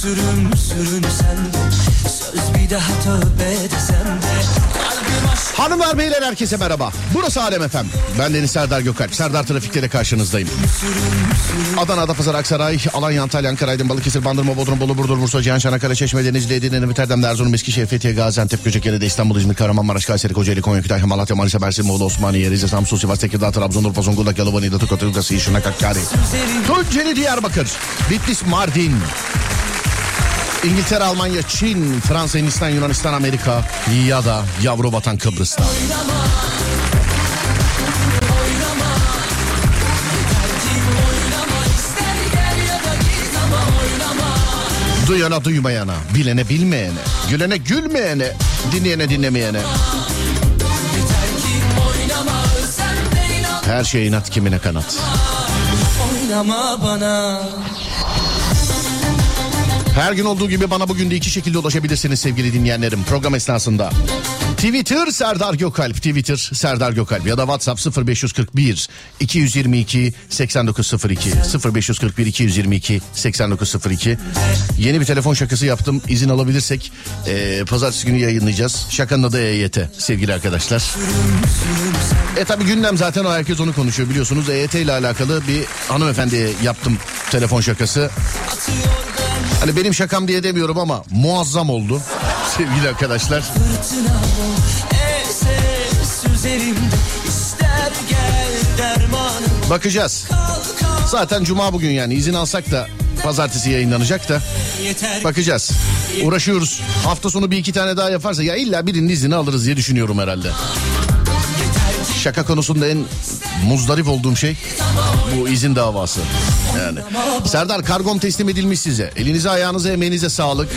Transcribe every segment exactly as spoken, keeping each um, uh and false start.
Sürüm sürüm sende, söz bir daha tövbe desem de. Hanımlar beyler herkese merhaba. Burası Alem F M. Ben Deniz Serdar Gökalp. Serdar Trafik'te karşınızdayım. Adana, Adapazarı, Aksaray, Alanya, Antalya, Ankara, Aydın, Balıkesir, Bandırma, Bodrum, Bolu, Burdur, Bursa, Cihan, Çanakkale, Çeşme, Denizli, Edirne, Erdem, Erzurum, Eskişehir, Fethiye, Gaziantep, Göcekere, İstanbul, İzmir, Kahramanmaraş, Kayseri, Kocaeli, Konya, Kütahya, Malatya, Manisa, Mersin, Muğla, Osmaniye, Rize, Samsun, Sivas, Tekirdağ, Trabzon, Urfa, Zonguldak, Yalova, Niğde, Tokat, Ilgaz, İşirnak, Hakkari, Tunceli, Diyarbakır, Bitlis, Mardin, İngiltere, Almanya, Çin, Fransa, Hindistan, Yunanistan, Amerika ya da yavru vatan Kıbrıs'ta. Duyana duymayana, bilene bilmeyene, gülene gülmeyene, dinleyene dinlemeyene. Her şey inat, kimine kanat. Oynama bana. Her gün olduğu gibi bana bugün de iki şekilde ulaşabilirsiniz sevgili dinleyenlerim program esnasında. Twitter Serdar Gökalp, Twitter Serdar Gökalp ya da WhatsApp sıfır beş kırk bir iki yüz yirmi iki seksen dokuz sıfır iki sıfır beş kırk bir iki yüz yirmi iki seksen dokuz sıfır iki. Yeni bir telefon şakası yaptım, izin alabilirsek ee, pazartesi günü yayınlayacağız. Şakanın adı E Y T sevgili arkadaşlar. E tabi gündem zaten o, herkes onu konuşuyor biliyorsunuz. E Y T ile alakalı bir hanımefendiye yaptım telefon şakası. Hani benim şakam diye demiyorum ama muazzam oldu sevgili arkadaşlar. Bakacağız. Zaten cuma bugün, yani izin alsak da pazartesi yayınlanacak da bakacağız. Uğraşıyoruz. Hafta sonu bir iki tane daha yaparsa ya illa birinin iznini alırız diye düşünüyorum herhalde. Şaka konusunda en muzdarip olduğum şey bu izin davası. Yani Serdar, kargom teslim edilmiş size. Elinize, ayağınıza, emeğinize sağlık.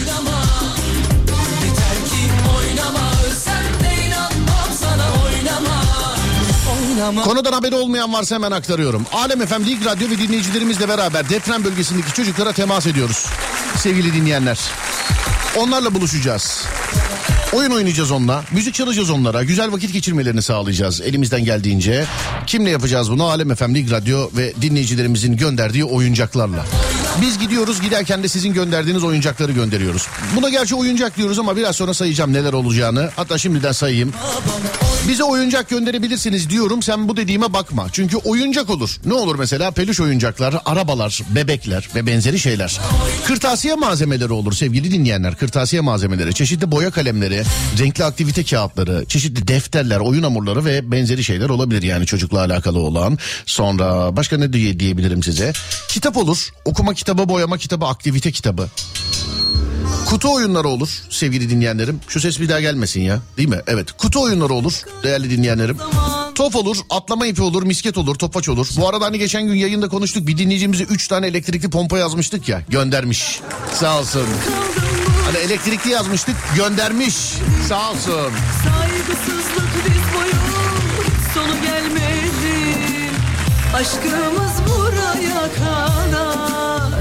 Konudan haberi olmayan varsa hemen aktarıyorum. Alem F M, Lig Radyo ve dinleyicilerimizle beraber deprem bölgesindeki çocuklara temas ediyoruz. Sevgili dinleyenler. Onlarla buluşacağız. Oyun oynayacağız onunla, müzik çalacağız onlara, güzel vakit geçirmelerini sağlayacağız elimizden geldiğince. Kimle yapacağız bunu? Alem F M, Lig Radyo ve dinleyicilerimizin gönderdiği oyuncaklarla. Biz gidiyoruz, giderken de sizin gönderdiğiniz oyuncakları gönderiyoruz. Buna gerçi oyuncak diyoruz ama biraz sonra sayacağım neler olacağını. Hatta şimdiden sayayım. Bize oyuncak gönderebilirsiniz diyorum, sen bu dediğime bakma. Çünkü oyuncak olur. Ne olur mesela? Peluş oyuncaklar, arabalar, bebekler ve benzeri şeyler. Kırtasiye malzemeleri olur sevgili dinleyenler. Kırtasiye malzemeleri, çeşitli boya kalemleri, renkli aktivite kağıtları, çeşitli defterler, oyun hamurları ve benzeri şeyler olabilir yani çocukla alakalı olan. Sonra başka ne diye diyebilirim size? Kitap olur. Okuma kitabı, boyama kitabı, aktivite kitabı. Kutu oyunları olur sevgili dinleyenlerim. Şu ses bir daha gelmesin ya, değil mi? Evet, kutu oyunları olur değerli dinleyenlerim. Top olur, atlama ipi olur, misket olur, topaç olur. Bu arada hani geçen gün yayında konuştuk, bir dinleyicimize üç tane elektrikli pompa yazmıştık ya, göndermiş. Sağ olsun. Hani elektrikli yazmıştık, göndermiş. Sağ olsun. Saygısızlık diz boyu, sonu gelmedi. Aşkımız buraya kadar.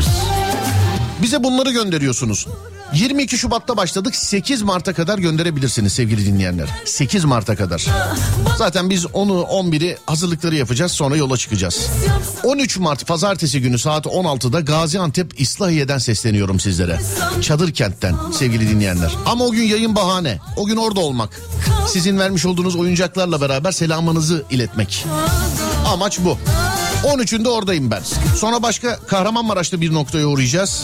Bize bunları gönderiyorsunuz. yirmi iki Şubat'ta başladık, sekiz Mart'a kadar gönderebilirsiniz sevgili dinleyenler. sekiz Mart'a kadar. Zaten biz onu on biri hazırlıkları yapacağız, sonra yola çıkacağız. on üç Mart pazartesi günü saat on altıda Gaziantep İslahiye'den sesleniyorum sizlere. Çadırkent'ten sevgili dinleyenler. Ama o gün yayın bahane. O gün orada olmak. Sizin vermiş olduğunuz oyuncaklarla beraber selamınızı iletmek. Amaç bu. on üçünde oradayım ben. Sonra başka Kahramanmaraş'ta bir noktaya uğrayacağız.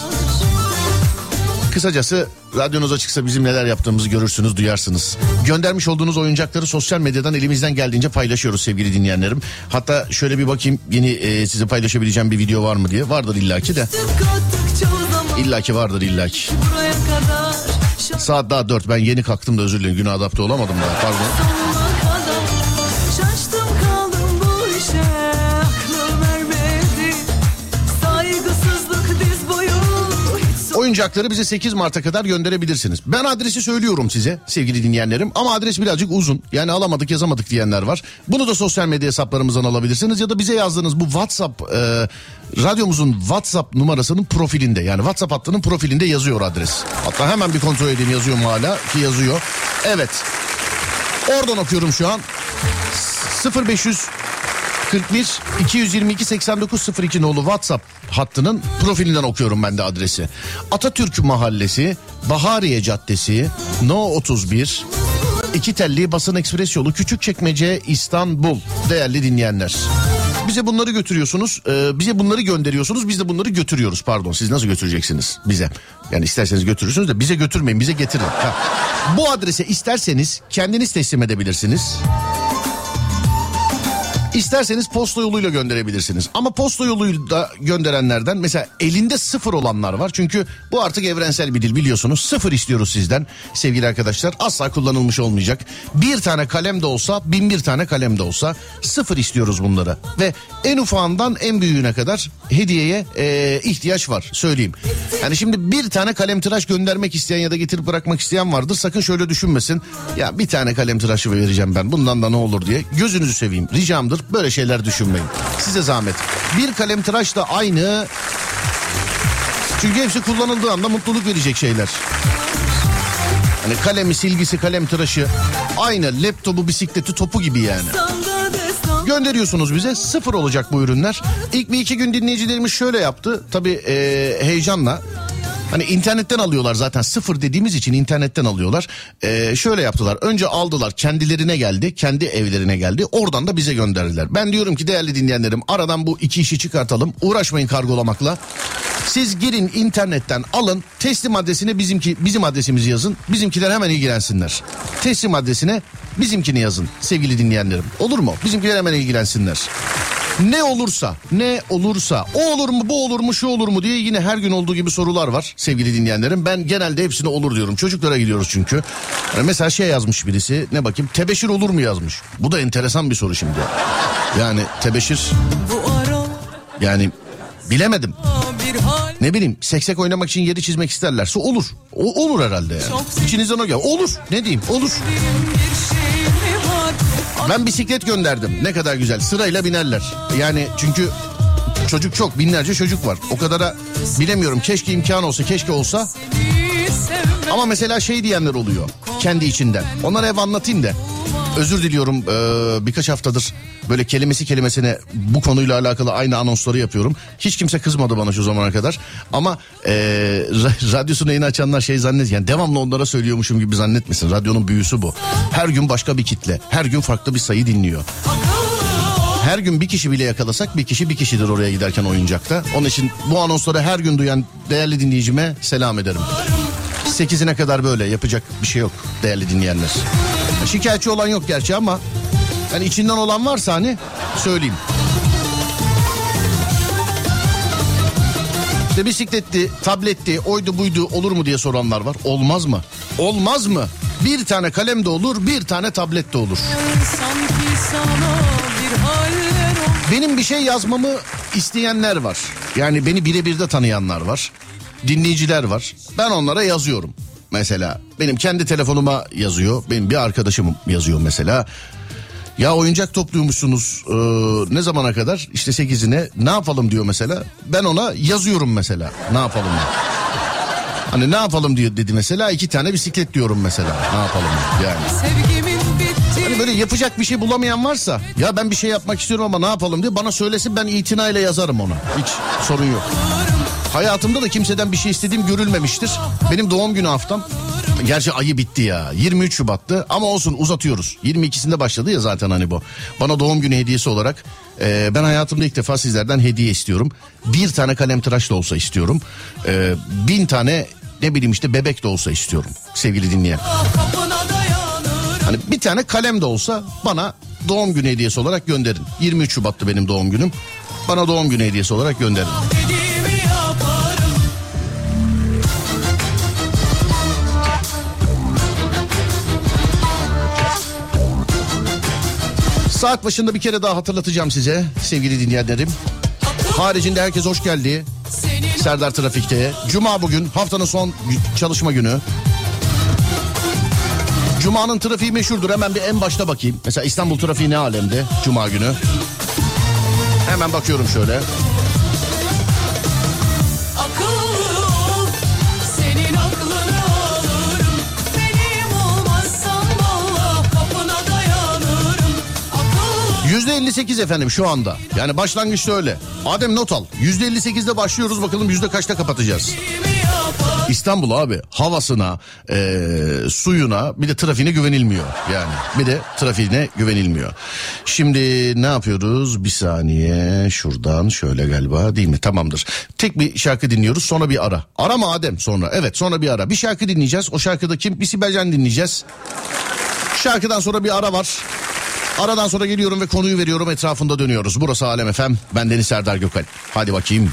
Kısacası radyonuz açıksa bizim neler yaptığımızı görürsünüz, duyarsınız. Göndermiş olduğunuz oyuncakları sosyal medyadan elimizden geldiğince paylaşıyoruz sevgili dinleyenlerim. Hatta şöyle bir bakayım, yeni e, size paylaşabileceğim bir video var mı diye. Vardır illaki de. İllaki vardır illaki. Saat daha dört, ben yeni kalktım da özür dilerim, güne adapte olamadım da, pardon. Oyuncakları bize sekiz Mart'a kadar gönderebilirsiniz. Ben adresi söylüyorum size sevgili dinleyenlerim, ama adres birazcık uzun. Yani alamadık, yazamadık diyenler var. Bunu da sosyal medya hesaplarımızdan alabilirsiniz ya da bize yazdığınız bu WhatsApp e, radyomuzun WhatsApp numarasının profilinde, yani WhatsApp hattının profilinde yazıyor adres. Hatta hemen bir kontrol edeyim, yazıyor mu hala, ki yazıyor. Evet. Oradan okuyorum şu an. sıfır beş yüz kırk bir iki yüz yirmi iki seksen dokuz sıfır iki nolu WhatsApp hattının profilinden okuyorum ben de adresi. Atatürk Mahallesi, Bahariye Caddesi, No otuz bir, İki telli Basın Ekspres Yolu, Küçükçekmece, İstanbul. Değerli dinleyenler, bize bunları götürüyorsunuz, e, bize bunları gönderiyorsunuz, biz de bunları götürüyoruz. Pardon, siz nasıl götüreceksiniz bize? Yani isterseniz götürürsünüz de bize götürmeyin, bize getirin. Ha. Bu adrese isterseniz kendiniz teslim edebilirsiniz. İsterseniz posta yoluyla gönderebilirsiniz. Ama posta yoluyla gönderenlerden mesela elinde sıfır olanlar var. Çünkü bu artık evrensel bir dil, biliyorsunuz. Sıfır istiyoruz sizden sevgili arkadaşlar. Asla kullanılmış olmayacak. Bir tane kalem de olsa, bin bir tane kalem de olsa sıfır istiyoruz bunlara. Ve en ufağından en büyüğüne kadar hediyeye e, ihtiyaç var, söyleyeyim. Yani şimdi bir tane kalem tıraş göndermek isteyen ya da getirip bırakmak isteyen vardır. Sakın şöyle düşünmesin. Ya bir tane kalem tıraşı vereceğim ben, bundan da ne olur diye. Gözünüzü seveyim, ricamdır. Böyle şeyler düşünmeyin. Size zahmet. Bir kalem tıraş da aynı. Çünkü hepsi kullanıldığı anda mutluluk verecek şeyler. Hani kalemi, silgisi, kalem tıraşı aynı, laptopu, bisikleti, topu gibi yani. Gönderiyorsunuz bize, sıfır olacak bu ürünler. İlk bir iki gün dinleyicilerimiz şöyle yaptı. Tabii e, heyecanla. Hani internetten alıyorlar zaten, sıfır dediğimiz için internetten alıyorlar. Ee, şöyle yaptılar, önce aldılar, kendilerine geldi, kendi evlerine geldi, oradan da bize gönderdiler. Ben diyorum ki değerli dinleyenlerim, aradan bu iki işi çıkartalım, uğraşmayın kargolamakla. Siz girin internetten alın, teslim adresine bizimki bizim adresimizi yazın, bizimkiler hemen ilgilensinler. Teslim adresine bizimkini yazın sevgili dinleyenlerim, olur mu? Bizimkiler hemen ilgilensinler. Ne olursa, ne olursa, o olur mu, bu olur mu, şu olur mu diye yine her gün olduğu gibi sorular var sevgili dinleyenlerim. Ben genelde hepsine olur diyorum. Çocuklara gidiyoruz çünkü. Yani mesela şey yazmış birisi, ne bakayım, tebeşir olur mu yazmış. Bu da enteresan bir soru şimdi. Yani tebeşir, yani bilemedim. Ne bileyim, seksek oynamak için yeri çizmek isterlerse olur. O, olur herhalde yani. İçinizden o gel. Olur, ne diyeyim, olur. Ben bisiklet gönderdim. Ne kadar güzel. Sırayla binerler. Yani çünkü çocuk çok, binlerce çocuk var. O kadara bilemiyorum. Keşke imkan olsa, keşke olsa. Ama mesela şey diyenler oluyor kendi içinden. Onlara ev anlatayım da. Özür diliyorum, ee, birkaç haftadır böyle kelimesi kelimesine bu konuyla alakalı aynı anonsları yapıyorum. Hiç kimse kızmadı bana şu zamana kadar. Ama ee, radyosunu yeni açanlar şey zannet, yani devamlı onlara söylüyormuşum gibi zannetmesin. Radyonun büyüsü bu. Her gün başka bir kitle, her gün farklı bir sayı dinliyor. Her gün bir kişi bile yakalasak bir kişi bir kişidir oraya giderken oyuncakta. Onun için bu anonsları her gün duyan değerli dinleyicime selam ederim. sekizine kadar böyle, yapacak bir şey yok değerli dinleyenler. Şikayetçi olan yok gerçi ama yani içinden olan varsa hani söyleyeyim. İşte bisikletti, tabletti, oydu buydu olur mu diye soranlar var. Olmaz mı? Olmaz mı? Bir tane kalem de olur, bir tane tablet de olur. Benim bir şey yazmamı isteyenler var. Yani beni birebir de tanıyanlar var. Dinleyiciler var. Ben onlara yazıyorum. Mesela benim kendi telefonuma yazıyor. Benim bir arkadaşım yazıyor mesela. Ya oyuncak topluyormuşsunuz ee, ne zamana kadar? İşte sekizine, ne yapalım diyor mesela. Ben ona yazıyorum mesela. Ne yapalım diyor. Hani ne yapalım diyor dedi mesela. İki tane bisiklet diyorum mesela. Ne yapalım yani. Hani böyle yapacak bir şey bulamayan varsa, ya ben bir şey yapmak istiyorum ama ne yapalım diye bana söylesin, ben itinayla yazarım ona. Hiç sorun yok. Hayatımda da kimseden bir şey istediğim görülmemiştir. Benim doğum günü haftam. Gerçi ayı bitti ya. yirmi üç Şubat'tı ama olsun, uzatıyoruz. yirmi ikisinde başladı ya zaten hani bu. Bana doğum günü hediyesi olarak e, ben hayatımda ilk defa sizlerden hediye istiyorum. Bir tane kalem tıraş da olsa istiyorum. E, bin tane ne bileyim işte bebek de olsa istiyorum sevgili dinleyen. Hani bir tane kalem de olsa bana doğum günü hediyesi olarak gönderin. yirmi üç Şubat'tı benim doğum günüm. Bana doğum günü hediyesi olarak gönderin. Saat başında bir kere daha hatırlatacağım size sevgili dinleyenlerim. Haricinde herkes hoş geldi. Serdar Trafik'te. Cuma bugün, haftanın son çalışma günü. Cuma'nın trafiği meşhurdur. Hemen bir en başta bakayım. Mesela İstanbul trafiği ne alemde Cuma günü. Hemen bakıyorum şöyle. yüzde elli sekiz efendim şu anda. Yani başlangıçta öyle. Adem not al. yüzde elli sekizde başlıyoruz, bakalım yüzde kaçta kapatacağız. İstanbul abi havasına, e, suyuna, bir de trafiğine güvenilmiyor. Yani bir de trafiğine güvenilmiyor. Şimdi ne yapıyoruz? Bir saniye, şuradan şöyle galiba, değil mi? Tamamdır. Tek bir şarkı dinliyoruz, sonra bir ara. Ara mı Adem sonra? Evet, sonra bir ara. Bir şarkı dinleyeceğiz. O şarkıda kim? Bir Sibel Can dinleyeceğiz. Şarkıdan sonra bir ara var. Aradan sonra geliyorum ve konuyu veriyorum, etrafında dönüyoruz. Burası Alem F M. Ben Deniz Serdar Gökalp. Hadi bakayım.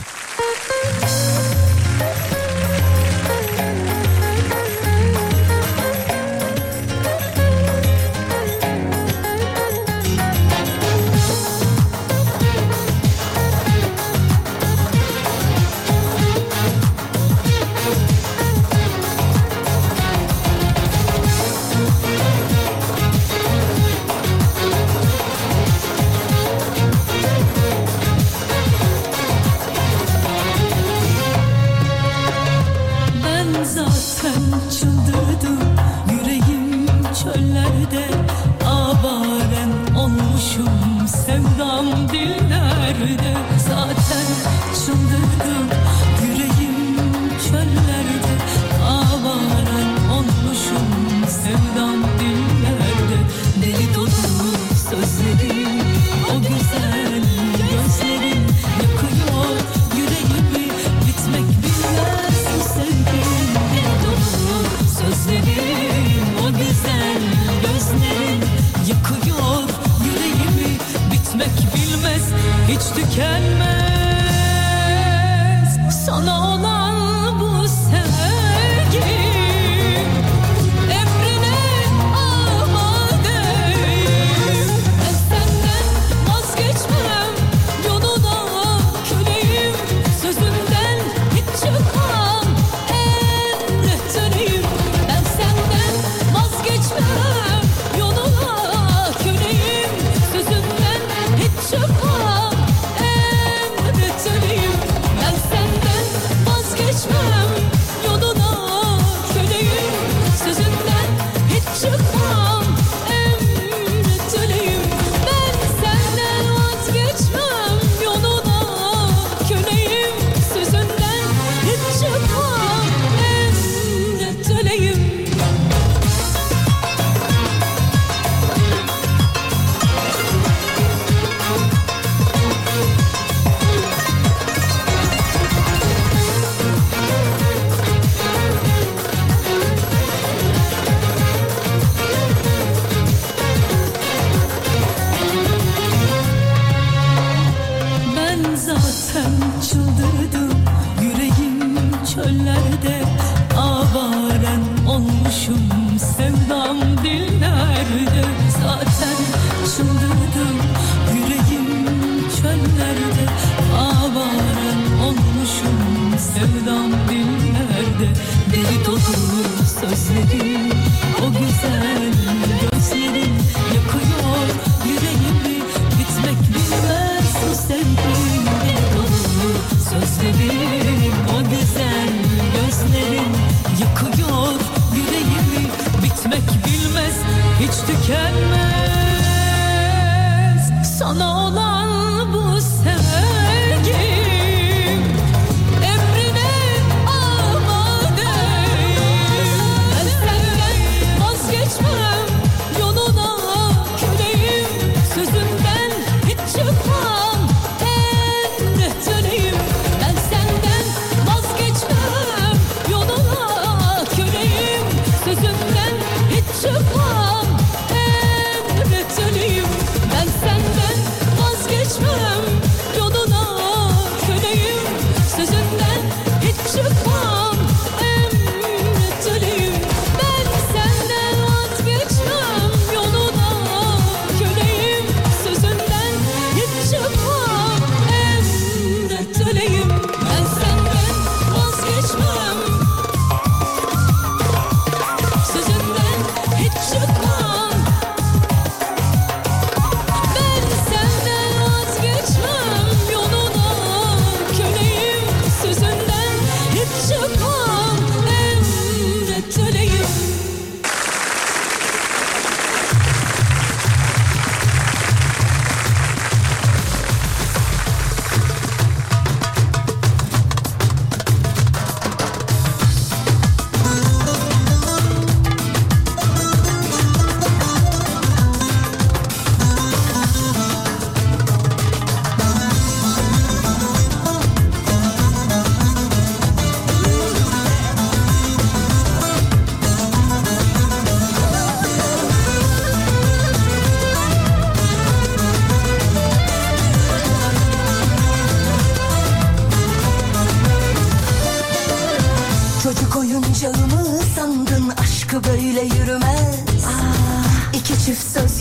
Çıkmam, emret öleyim. Ben senden vazgeçmem.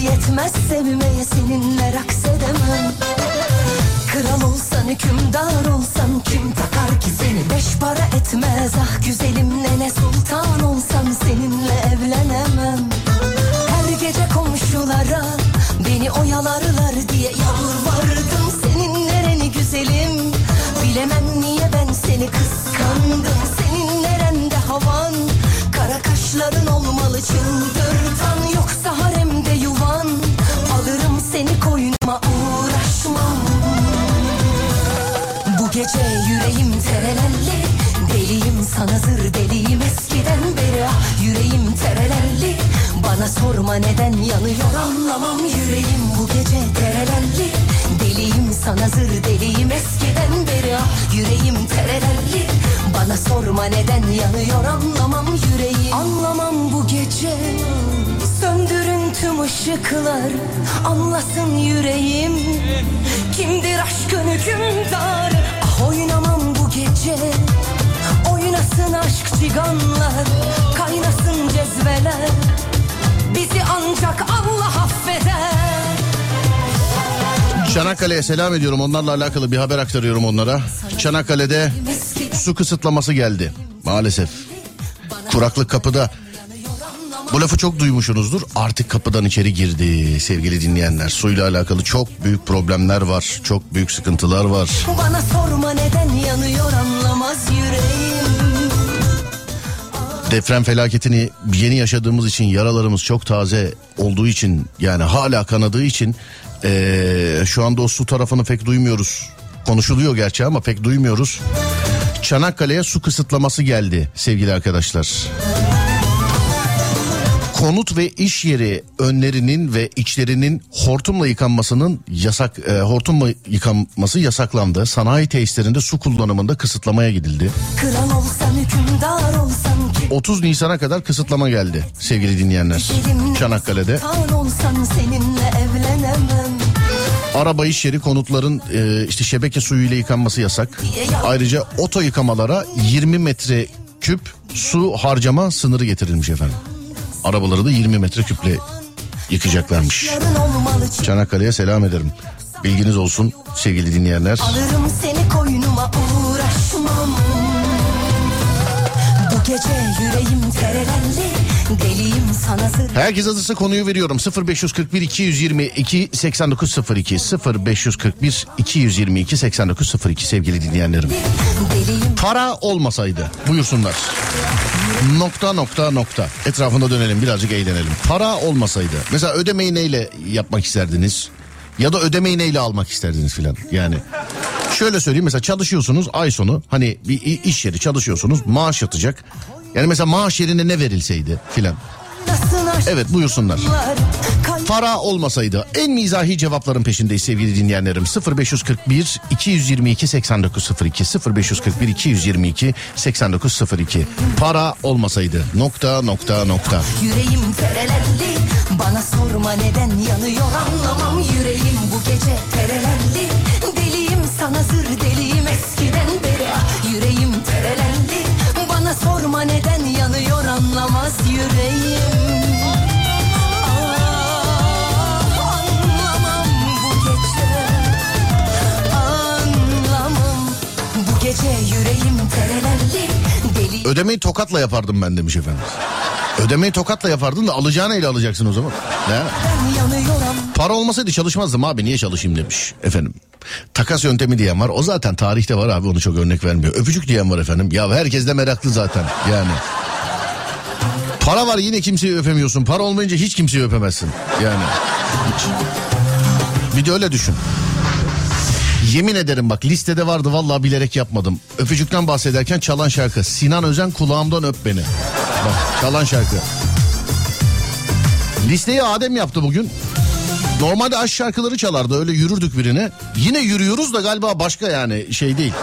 yetmez sevmeye, seninle raks edemem. Kral olsan, hükümdar olsan, kim takar ki seni? Beş para etmez ah güzelim, nene sultan olsam seninle evlenemem. Her gece komşulara beni oyalarlar diye yalvardım, senin nereni güzelim? Bilemem niye ben seni kıskandım. Senin nerende havan? Kara kaşların olmalı çıldırtan, yoksa haremde yuvan. Alırım seni koynuma, uğraşmam. Bu gece yüreğim terelelli, deliyim sana zır deliyim eskiden beri. Ah yüreğim terelelli, bana sorma neden yanıyor anlamam. Yüreğim bu gece terelelli, deliyim sana zır deliyim eskiden beri. Ah yüreğim terelelli, bana sorma neden yanıyor anlamam. Yüreğim anlamam bu gece, söndürün tüm ışıklar, anlasın yüreğim kimdir aşkın hükümdarı. Ah oynamam bu gece, oynasın aşk ciganlar, kaynasın cezveler, bizi ancak Allah affeder. Çanakkale'ye selam ediyorum. Onlarla alakalı bir haber aktarıyorum onlara. Çanakkale'de su kısıtlaması geldi. Maalesef. Kuraklık kapıda. Bu lafı çok duymuşsunuzdur. Artık kapıdan içeri girdi sevgili dinleyenler. Suyla alakalı çok büyük problemler var. Çok büyük sıkıntılar var. Bana sorma neden yanıyor anlamaz yüreğim. Deprem felaketini yeni yaşadığımız için, yaralarımız çok taze olduğu için, yani hala kanadığı için ee, şu anda o su tarafını pek duymuyoruz. Konuşuluyor gerçi ama pek duymuyoruz. Çanakkale'ye su kısıtlaması geldi sevgili arkadaşlar. Konut ve iş yeri önlerinin ve içlerinin hortumla yıkanmasının yasak e, hortumla yıkanması yasaklandı. Sanayi tesislerinde su kullanımında kısıtlamaya gidildi. Kral olsan, hükümdar olsan, otuz Nisan'a kadar kısıtlama geldi sevgili dinleyenler. Çanakkale'de. Olsan seninle evlenemem. Araba, iş yeri, konutların e, işte şebeke suyuyla yıkanması yasak. Ayrıca oto yıkamalara yirmi metre küp su harcama sınırı getirilmiş efendim. Arabaları da yirmi metre küple yıkacaklarmış. Çanakkale'ye selam ederim. Bilginiz olsun sevgili dinleyenler. Alırım seni koynuma, uğraşmam. Bu gece yüreğim terelelli, deliyim sana zır. Herkes hazırsa konuyu veriyorum. sıfır beş kırk bir iki yüz yirmi iki seksen dokuz sıfır iki sıfır beş kırk bir iki yüz yirmi iki seksen dokuz sıfır iki sevgili dinleyenlerim. Deliyim. Para olmasaydı buyursunlar. Nokta nokta nokta. Etrafında dönelim, birazcık eğlenelim. Para olmasaydı. Mesela ödemeyi neyle yapmak isterdiniz? Ya da ödemeyi neyle almak isterdiniz filan. Yani şöyle söyleyeyim, mesela çalışıyorsunuz ay sonu, hani bir iş yeri çalışıyorsunuz, maaş yatacak. Yani mesela maaş yerine ne verilseydi filan. Evet buyursunlar. Para olmasaydı. En mizahi cevapların peşindeyiz sevgili dinleyenlerim. sıfır beş kırk bir iki yüz yirmi iki seksen dokuz sıfır iki sıfır beş kırk bir iki yüz yirmi iki seksen dokuz sıfır iki. Para olmasaydı. Nokta nokta nokta. Yüreğim terelelli, bana sorma neden yanıyor anlamam. Yüreğim bu gece terelelli, deliyim sana zır deliyim eskiden beri. Ah, yüreğim terelelli, bana sorma neden yanıyor anlamaz yüreğim. Gece yüreğim terelelli, deli. Ödemeyi tokatla yapardım ben demiş efendim. Ödemeyi tokatla yapardın da alacağını ile alacaksın o zaman. Ne? Para olmasaydı çalışmazdım abi, niye çalışayım demiş efendim. Takas yöntemi diyen var, o zaten tarihte var abi, onu çok örnek vermiyor. Öpücük diyen var efendim, ya herkes de meraklı zaten yani. Para var yine kimseyi öpemiyorsun, para olmayınca hiç kimseyi öpemezsin yani. Hiç. Bir de öyle düşün. Yemin ederim bak, listede vardı, vallahi bilerek yapmadım. Öpücükten bahsederken çalan şarkı Sinan Özen Kulağımdan Öp Beni. Bak çalan şarkı. Listeyi Adem yaptı bugün. Normalde aşk şarkıları çalardı, öyle yürürdük birine. Yine yürüyoruz da galiba başka, yani şey değil.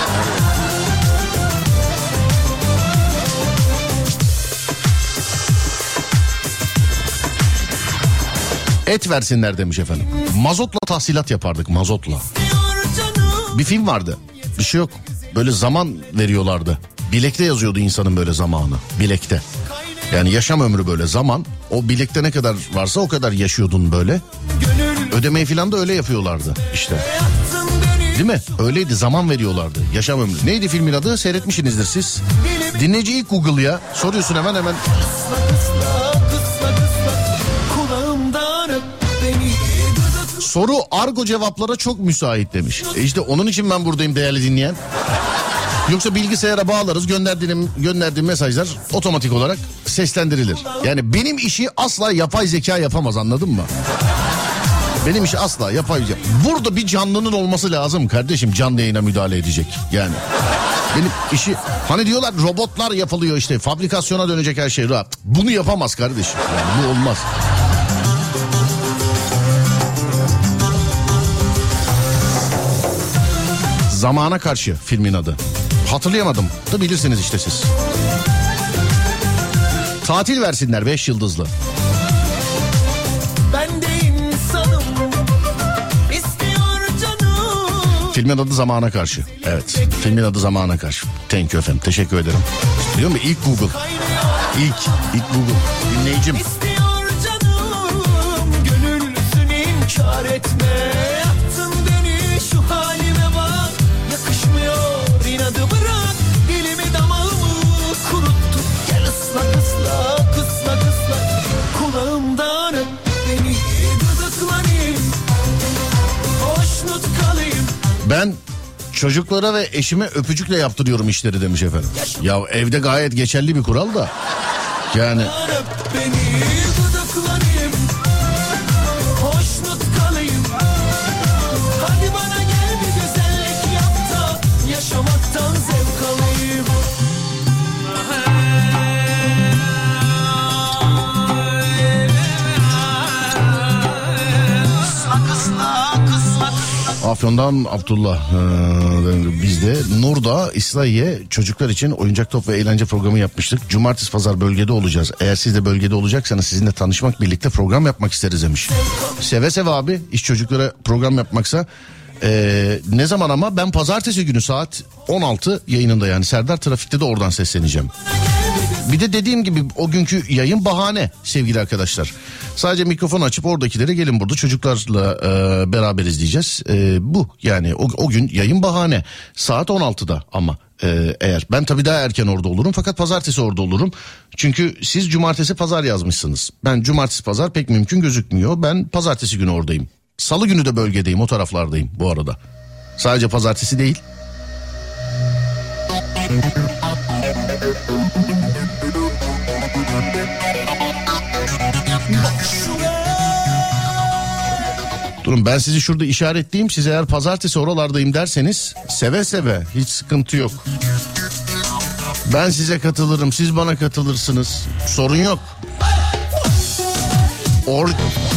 Et versinler demiş efendim. Mazotla tahsilat yapardık, mazotla. Bir film vardı. Bir şey yok. Böyle zaman veriyorlardı. Bilekte yazıyordu insanın böyle zamanı. Bilekte. Yani yaşam ömrü böyle zaman. O bilekte ne kadar varsa o kadar yaşıyordun böyle. Ödemeyi falan da öyle yapıyorlardı işte. Değil mi? Öyleydi, zaman veriyorlardı. Yaşam ömrü. Neydi filmin adı? Seyretmişsinizdir siz. Dinleyici ilk Google ya. Soruyorsun hemen hemen. Soru argo cevaplara çok müsait demiş. E işte onun için ben buradayım değerli dinleyen. Yoksa bilgisayara bağlarız, gönderdiğim, gönderdiğim mesajlar otomatik olarak seslendirilir. Yani benim işi asla yapay zeka yapamaz, anladın mı? Benim işi asla yapay zeka. Burada bir canlının olması lazım kardeşim, canlı yayına müdahale edecek. Yani benim işi, hani diyorlar robotlar yapılıyor işte, fabrikasyona dönecek her şey rahat. Bunu yapamaz kardeşim. Yani bu olmaz. Zamana Karşı filmin adı. Hatırlayamadım da bilirsiniz işte siz. Tatil versinler beş yıldızlı. Ben de insanım, istiyor canım. Filmin adı Zamana Karşı. Evet, filmin adı Zamana Karşı. Thank you efendim, teşekkür ederim. Biliyor musun ilk Google. İlk, ilk Google. Dinleyicim. İstiyor canım, gönülsün inkar etme. Yaktın beni şu halime bak. Yakışmıyor inadı bırak. Dilimi damağımı kuruttu. Gel ısla ısla kısla kısla. Kulağımdan öp beni, gıdıklanayım. Hoşnut kalayım. Ben çocuklara ve eşime öpücükle yaptırıyorum işleri demiş efendim. Ya evde gayet geçerli bir kural da. Yani. Öp beni, gıdıklanayım. Hoşnut kalayım. Hadi bana gel bir güzellik yap da yaşamaktan zevk alayım. Afyon'dan Abdullah ee, biz de Nur'da İslahiye çocuklar için oyuncak top ve eğlence programı yapmıştık. Cumartesi pazar bölgede olacağız. Eğer siz de bölgede olacaksanız sizinle tanışmak, birlikte program yapmak isteriz demiş. Seve seve abi, iş çocuklara program yapmaksa. Ee, ne zaman ama ben pazartesi günü saat on altı yayınında, yani Serdar Trafik'te de oradan sesleneceğim. Bir de dediğim gibi o günkü yayın bahane sevgili arkadaşlar. Sadece mikrofon açıp oradakilere gelin burada çocuklarla e, beraber izleyeceğiz. E, bu yani o, o gün yayın bahane. Saat on altıda ama e, eğer ben tabii daha erken orada olurum, fakat pazartesi orada olurum. Çünkü siz cumartesi pazar yazmışsınız. Ben cumartesi pazar pek mümkün gözükmüyor. Ben pazartesi günü oradayım. Salı günü de bölgedeyim, o taraflardayım bu arada. Sadece pazartesi değil. Durun ben sizi şurada işaretleyeyim. Siz eğer pazartesi oralardayım derseniz seve seve, hiç sıkıntı yok. Ben size katılırım, siz bana katılırsınız. Sorun yok. Or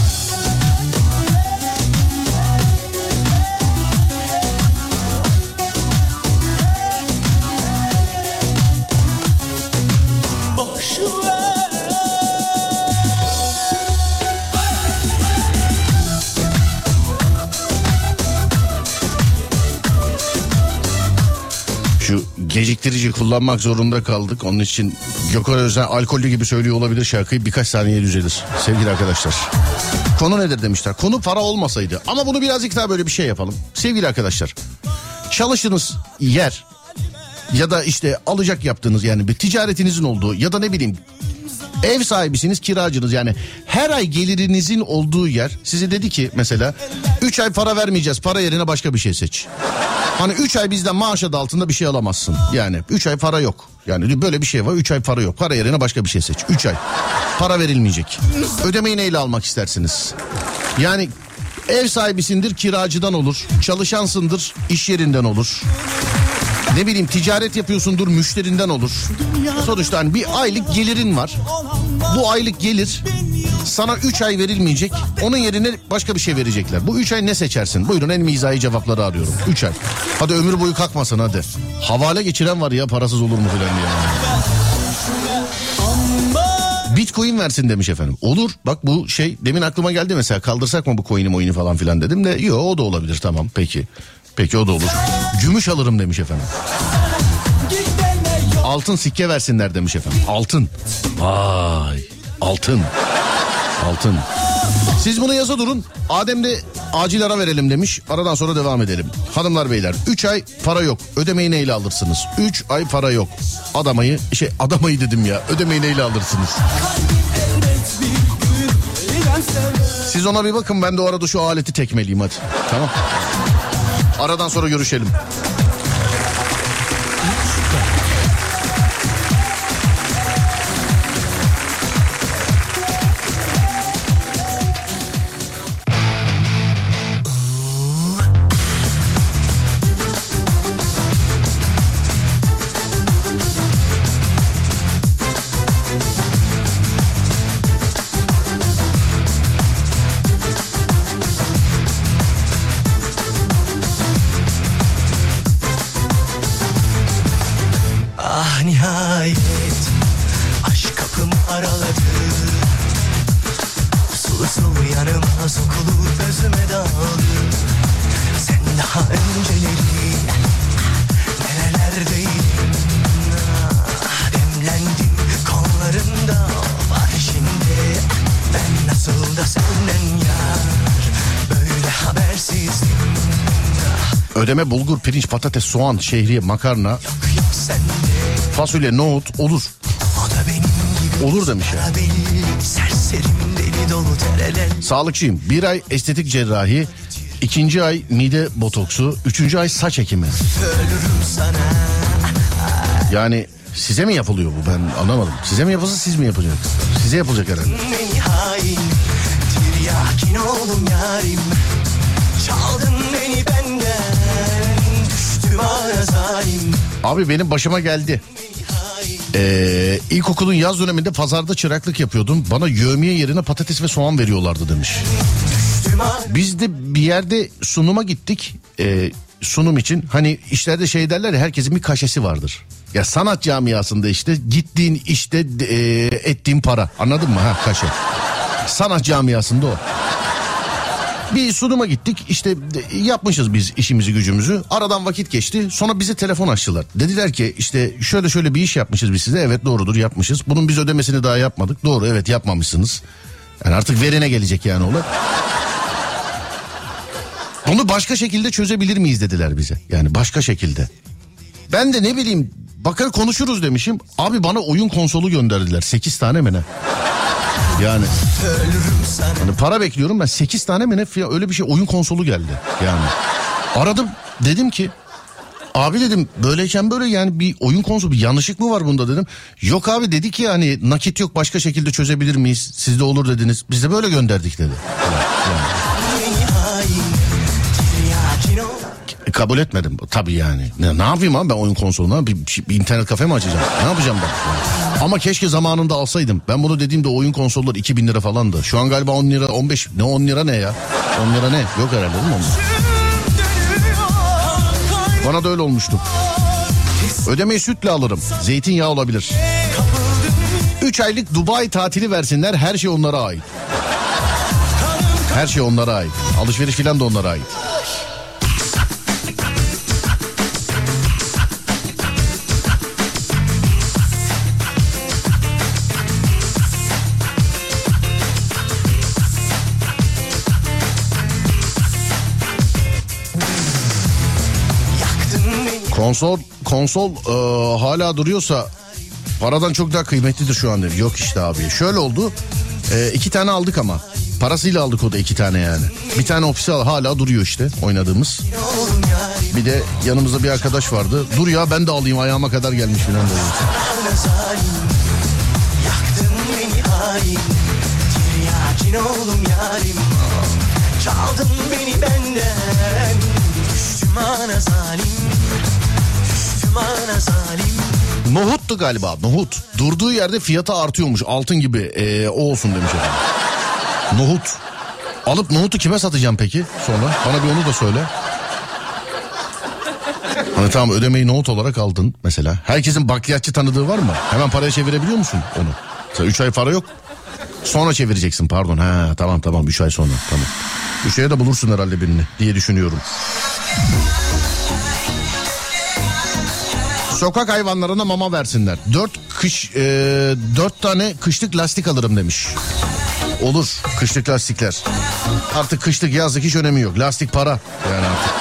Şu geciktirici kullanmak zorunda kaldık. Onun için Gökhan Özen alkollü gibi söylüyor olabilir şarkıyı. Birkaç saniye düzelir sevgili arkadaşlar. Konu nedir demişler. Konu para olmasaydı. Ama bunu birazcık daha böyle bir şey yapalım. Sevgili arkadaşlar, çalıştığınız yer ya da işte alacak yaptığınız, yani bir ticaretinizin olduğu ya da ne bileyim ev sahibisiniz, kiracınız, yani her ay gelirinizin olduğu yer size dedi ki mesela üç ay para vermeyeceğiz, para yerine başka bir şey seç. Hani üç ay bizden maaş adı altında bir şey alamazsın. Yani üç ay para yok. Yani böyle bir şey var, üç ay para yok. Para yerine başka bir şey seç. üç ay para verilmeyecek. Ödemeyi neyle almak istersiniz? Yani ev sahibisindir, kiracıdan olur. Çalışansındır, iş yerinden olur. Ne bileyim ticaret yapıyorsundur, müşterinden olur. Sonuçta hani bir aylık gelirin var. Bu aylık gelir sana üç ay verilmeyecek. Onun yerine başka bir şey verecekler. Bu üç ay ne seçersin? Buyurun, en mizahi cevapları arıyorum. üç ay. Hadi ömür boyu kalkmasın hadi. Havale geçiren var ya, parasız olur mu filan diye. Bitcoin versin demiş efendim. Olur, bak bu şey demin aklıma geldi mesela, kaldırsak mı bu coin'i moini falan filan dedim de yok, o da olabilir, tamam peki. Peki o da olur. Gümüş alırım demiş efendim. altın sikke versinler demiş efendim. Altın. Vay. Altın. Altın. Siz bunu yaza durun. Adem de acil ara verelim demiş. Aradan sonra devam edelim. Hanımlar beyler, üç ay para yok. Ödemeyi neyle alırsınız? üç ay para yok. Adamayı şey adamayı dedim ya. Ödemeyi neyle alırsınız? Siz ona bir bakın, ben de o arada şu aleti tekmeleyeyim hadi. Tamam. Aradan sonra görüşelim. Ödeme bulgur, pirinç, patates, soğan, şehriye, makarna, fasulye, nohut olur. Olur demiş ya. Sağlıkçıyım. Bir ay estetik cerrahi, ikinci ay mide botoksu, üçüncü ay saç ekimi. Yani size mi yapılıyor bu, ben anlamadım. Size mi yapılsa siz mi yapacaksınız? Size yapılacak herhalde. Çaldın beni benden, düştüm ara zalim. Abi benim başıma geldi. Ee, ilkokulun yaz döneminde pazarda çıraklık yapıyordum. Bana yevmiye yerine patates ve soğan veriyorlardı demiş. Biz de bir yerde sunuma gittik. Ee, sunum için hani işlerde şey derler ya, herkesin bir kaşesi vardır. Ya sanat camiasında işte gittiğin işte e, ettiğin para, anladın mı ha, kaşe. Sanat camiasında o. Bir sunuma gittik, işte yapmışız biz işimizi gücümüzü, aradan vakit geçti, sonra bize telefon açtılar. Dediler ki işte şöyle şöyle bir iş yapmışız biz size. Evet doğrudur, yapmışız. Bunun biz ödemesini daha yapmadık. Doğru, evet yapmamışsınız. Yani artık verene gelecek yani olay. Bunu başka şekilde çözebilir miyiz dediler bize. Yani başka şekilde. Ben de ne bileyim, bakar konuşuruz demişim. Abi bana oyun konsolu gönderdiler, sekiz tane mi ne? Yani hani para bekliyorum ben, sekiz tane mi ne, öyle bir şey, oyun konsolu geldi yani. Aradım, dedim ki abi dedim böyleyken böyle, yani bir oyun konsolu, bir yanlışlık mı var bunda dedim. Yok abi, dedi ki hani nakit yok, başka şekilde çözebilir miyiz, sizde olur dediniz, biz de böyle gönderdik dedi. Yani. Kabul etmedim tabii yani. Ne, ne yapayım abi ben oyun konsoluna, bir, bir internet kafe mi açacağım, ne yapacağım ben? Yani. Ama keşke zamanında alsaydım. Ben bunu dediğimde oyun konsolları iki bin lira falandı. Şu an galiba on lira, on beş, ne on lira ne ya? on lira ne? Yok herhalde değil mi onlar? Bana da öyle olmuştu. Ödemeyi sütle alırım. Zeytinyağı olabilir. üç aylık Dubai tatili versinler, her şey onlara ait. Her şey onlara ait. Alışveriş filan da onlara ait. Konsol konsol e, hala duruyorsa paradan çok daha kıymetlidir şu an. Yok işte abi. Şöyle oldu. E, iki tane aldık ama. Parasıyla aldık o da iki tane yani. Bir tane ofise al, hala duruyor işte oynadığımız. Bir de yanımızda bir arkadaş vardı. Dur ya ben de alayım, ayağıma kadar gelmiş falan dedi. Çaldın beni benden, düştüm ana zalim. Nohuttu galiba, nohut. Durduğu yerde fiyatı artıyormuş, altın gibi. Ee, o olsun demiş efendim. Nohut. Alıp nohutu kime satacağım peki sonra? Bana bir onu da söyle. Hani tamam, ödemeyi nohut olarak aldın mesela. Herkesin bakliyatçı tanıdığı var mı? Hemen paraya çevirebiliyor musun onu? Mesela üç ay para yok. Sonra çevireceksin, pardon. Ha tamam tamam, üç ay sonra, tamam. üç aya da bulursun herhalde birini diye düşünüyorum. Sokak hayvanlarına mama versinler. Dört kış e, dört tane kışlık lastik alırım demiş. Olur, kışlık lastikler. Artık kışlık yazlık hiç önemi yok. Lastik para yani artık.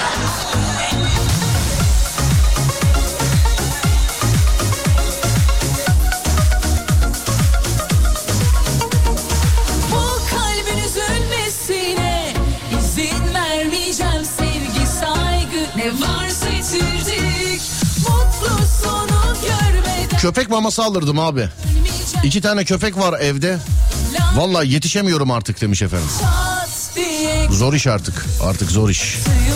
Köpek maması alırdım abi. İki tane köpek var evde. Vallahi yetişemiyorum artık demiş efendim. Zor iş artık. Artık zor iş.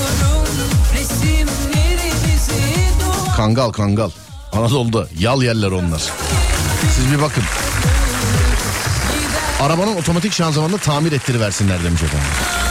Kangal kangal. Anadolu'da yal yerler onlar. Siz bir bakın. Arabanın otomatik şanzımanını tamir ettiriversinler demiş efendim.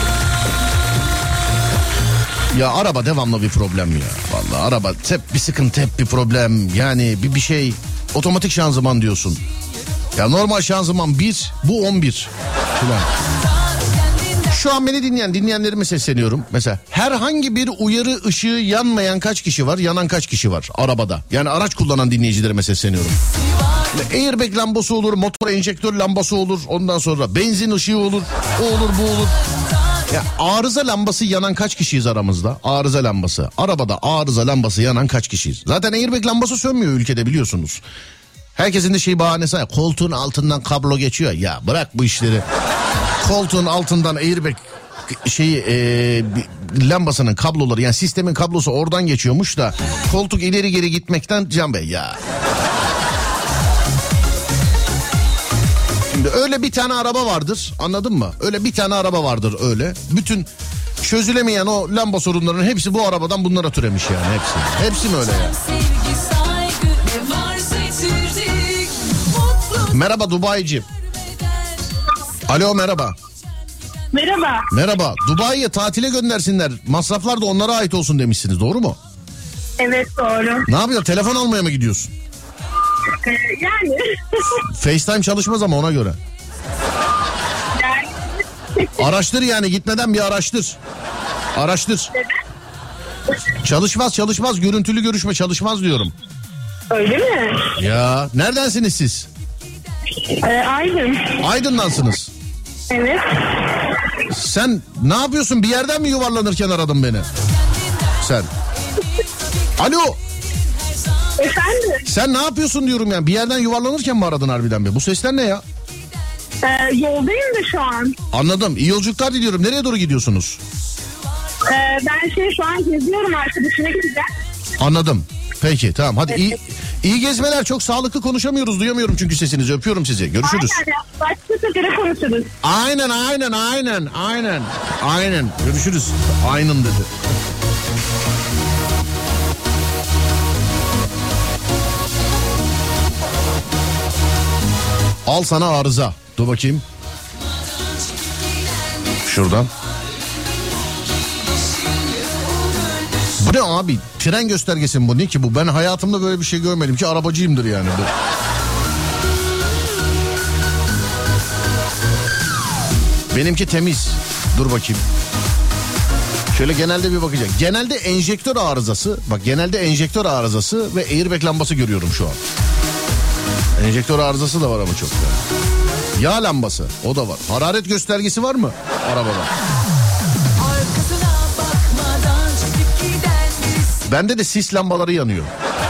Ya araba devamlı bir problem ya. Vallahi araba hep bir sıkıntı, hep bir problem. Yani bir bir şey, otomatik şanzıman diyorsun. Ya normal şanzıman bir, bu on bir. Ulan. Şu an beni dinleyen dinleyenlerime sesleniyorum. Mesela herhangi bir uyarı ışığı yanmayan kaç kişi var? Yanan kaç kişi var arabada? Yani araç kullanan dinleyicilerime sesleniyorum. Airbag lambası olur, motor enjektör lambası olur. Ondan sonra benzin ışığı olur. O olur, bu olur. Ya arıza lambası yanan kaç kişiyiz aramızda? Arıza lambası. Arabada arıza lambası yanan kaç kişiyiz? Zaten airbag lambası sönmüyor ülkede biliyorsunuz. Herkesin de şey bahanesi var. Koltuğun altından kablo geçiyor. Ya bırak bu işleri. Koltuğun altından airbag şeyi e, lambasının kabloları, yani sistemin kablosu oradan geçiyormuş da koltuk ileri geri gitmekten Can Bey ya. Şimdi öyle bir tane araba vardır, anladın mı? Öyle bir tane araba vardır öyle. Bütün çözülemeyen o lamba sorunlarının hepsi bu arabadan bunlara türemiş yani, hepsi. Hepsi mi öyle ya? Merhaba Dubai'cim. Alo merhaba. Merhaba. Merhaba. Dubai'ye tatile göndersinler. Masraflar da onlara ait olsun demişsiniz, doğru mu? Evet doğru. Ne yapıyorsun? Telefon almaya mı gidiyorsun? Ee, yani. FaceTime çalışmaz ama ona göre. Yani. Araştır yani, gitmeden bir araştır. Araştır. Neden? Çalışmaz çalışmaz, görüntülü görüşme çalışmaz diyorum. Öyle mi? Ya neredensiniz siz? Ee, Aydın. Aydın'dansınız. Evet. Sen ne yapıyorsun, bir yerden mi yuvarlanırken aradın beni? Sen. Alo. Efendim? Sen ne yapıyorsun diyorum yani, bir yerden yuvarlanırken mi aradın harbiden be? Bu sesler ne ya? Ee, yoldayım da şu an. Anladım. İyi yolculuklar diliyorum. Nereye doğru gidiyorsunuz? Ee, ben şey şu an geziyorum, arkadaşına gideceğim. Anladım. Peki tamam, hadi iyi iyi gezmeler. Çok sağlıklı konuşamıyoruz, duyamıyorum çünkü sesinizi. Öpüyorum sizi. Görüşürüz. Aynen. Başka sefere konuşuruz. Aynen aynen aynen aynen. Aynen. Görüşürüz. Aynen dedi. Al sana arıza. Dur bakayım. Şuradan. Bu ne abi? Tren göstergesi mi bu? Ne ki bu? Ben hayatımda böyle bir şey görmedim ki, arabacıyımdır yani bu. Benimki temiz. Dur bakayım. Şöyle genelde bir bakacağım. Genelde enjektör arızası. Bak genelde enjektör arızası ve airbag lambası görüyorum şu an. Enjektör arızası da var ama çok. Yani. Yağ lambası o da var. Hararet göstergesi var mı arabada? Bende de sis lambaları yanıyor.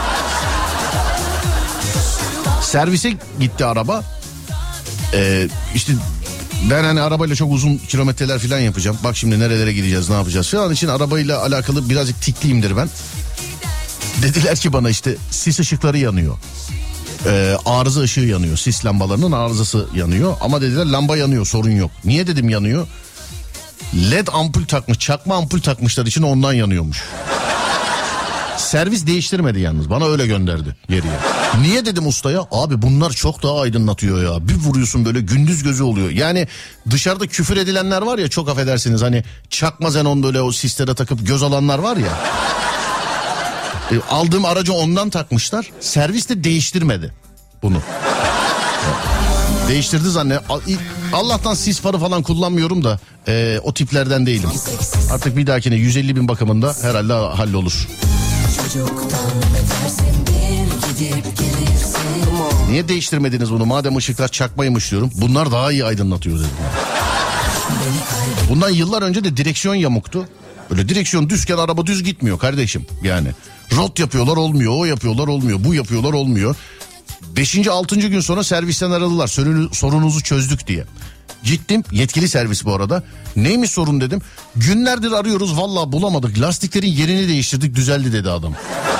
Servise gitti araba. Ee, işte ben hani arabayla çok uzun kilometreler falan yapacağım. Bak şimdi nerelere gideceğiz, ne yapacağız falan için arabayla alakalı birazcık tikliyimdir ben. Dediler ki bana işte sis ışıkları yanıyor. Ee, arıza ışığı yanıyor. Sis lambalarının arızası yanıyor. Ama dediler lamba yanıyor, sorun yok. Niye dedim yanıyor? Led ampul takmış, çakma ampul takmışlar için ondan yanıyormuş. Servis değiştirmedi yalnız, bana öyle gönderdi geriye. Niye dedim ustaya? Abi bunlar çok daha aydınlatıyor ya. Bir vuruyorsun böyle gündüz gözü oluyor. Yani dışarıda küfür edilenler var ya, çok affedersiniz, hani çakma xenon böyle o sislere takıp göz alanlar var ya. E, aldığım aracı ondan takmışlar. Servis de değiştirmedi bunu. Değiştirdi zanne. Allah'tan sis farı falan kullanmıyorum da e, o tiplerden değilim. Artık bir dahakine yüz elli bin bakımında herhalde hallolur. Çocuktan betersin bir Niye değiştirmediniz bunu? Madem ışıklar çakmaymış diyorum. Bunlar daha iyi aydınlatıyor dedim. Bundan yıllar önce de direksiyon yamuktu. Öyle direksiyon düzken araba düz gitmiyor kardeşim yani. Rot yapıyorlar olmuyor, o yapıyorlar olmuyor, bu yapıyorlar olmuyor. Beşinci, altıncı gün sonra servisten aradılar. Sorunuzu çözdük diye. Gittim, yetkili servis bu arada. Neymiş sorun dedim. Günlerdir arıyoruz, vallahi bulamadık. Lastiklerin yerini değiştirdik, düzeldi dedi adam.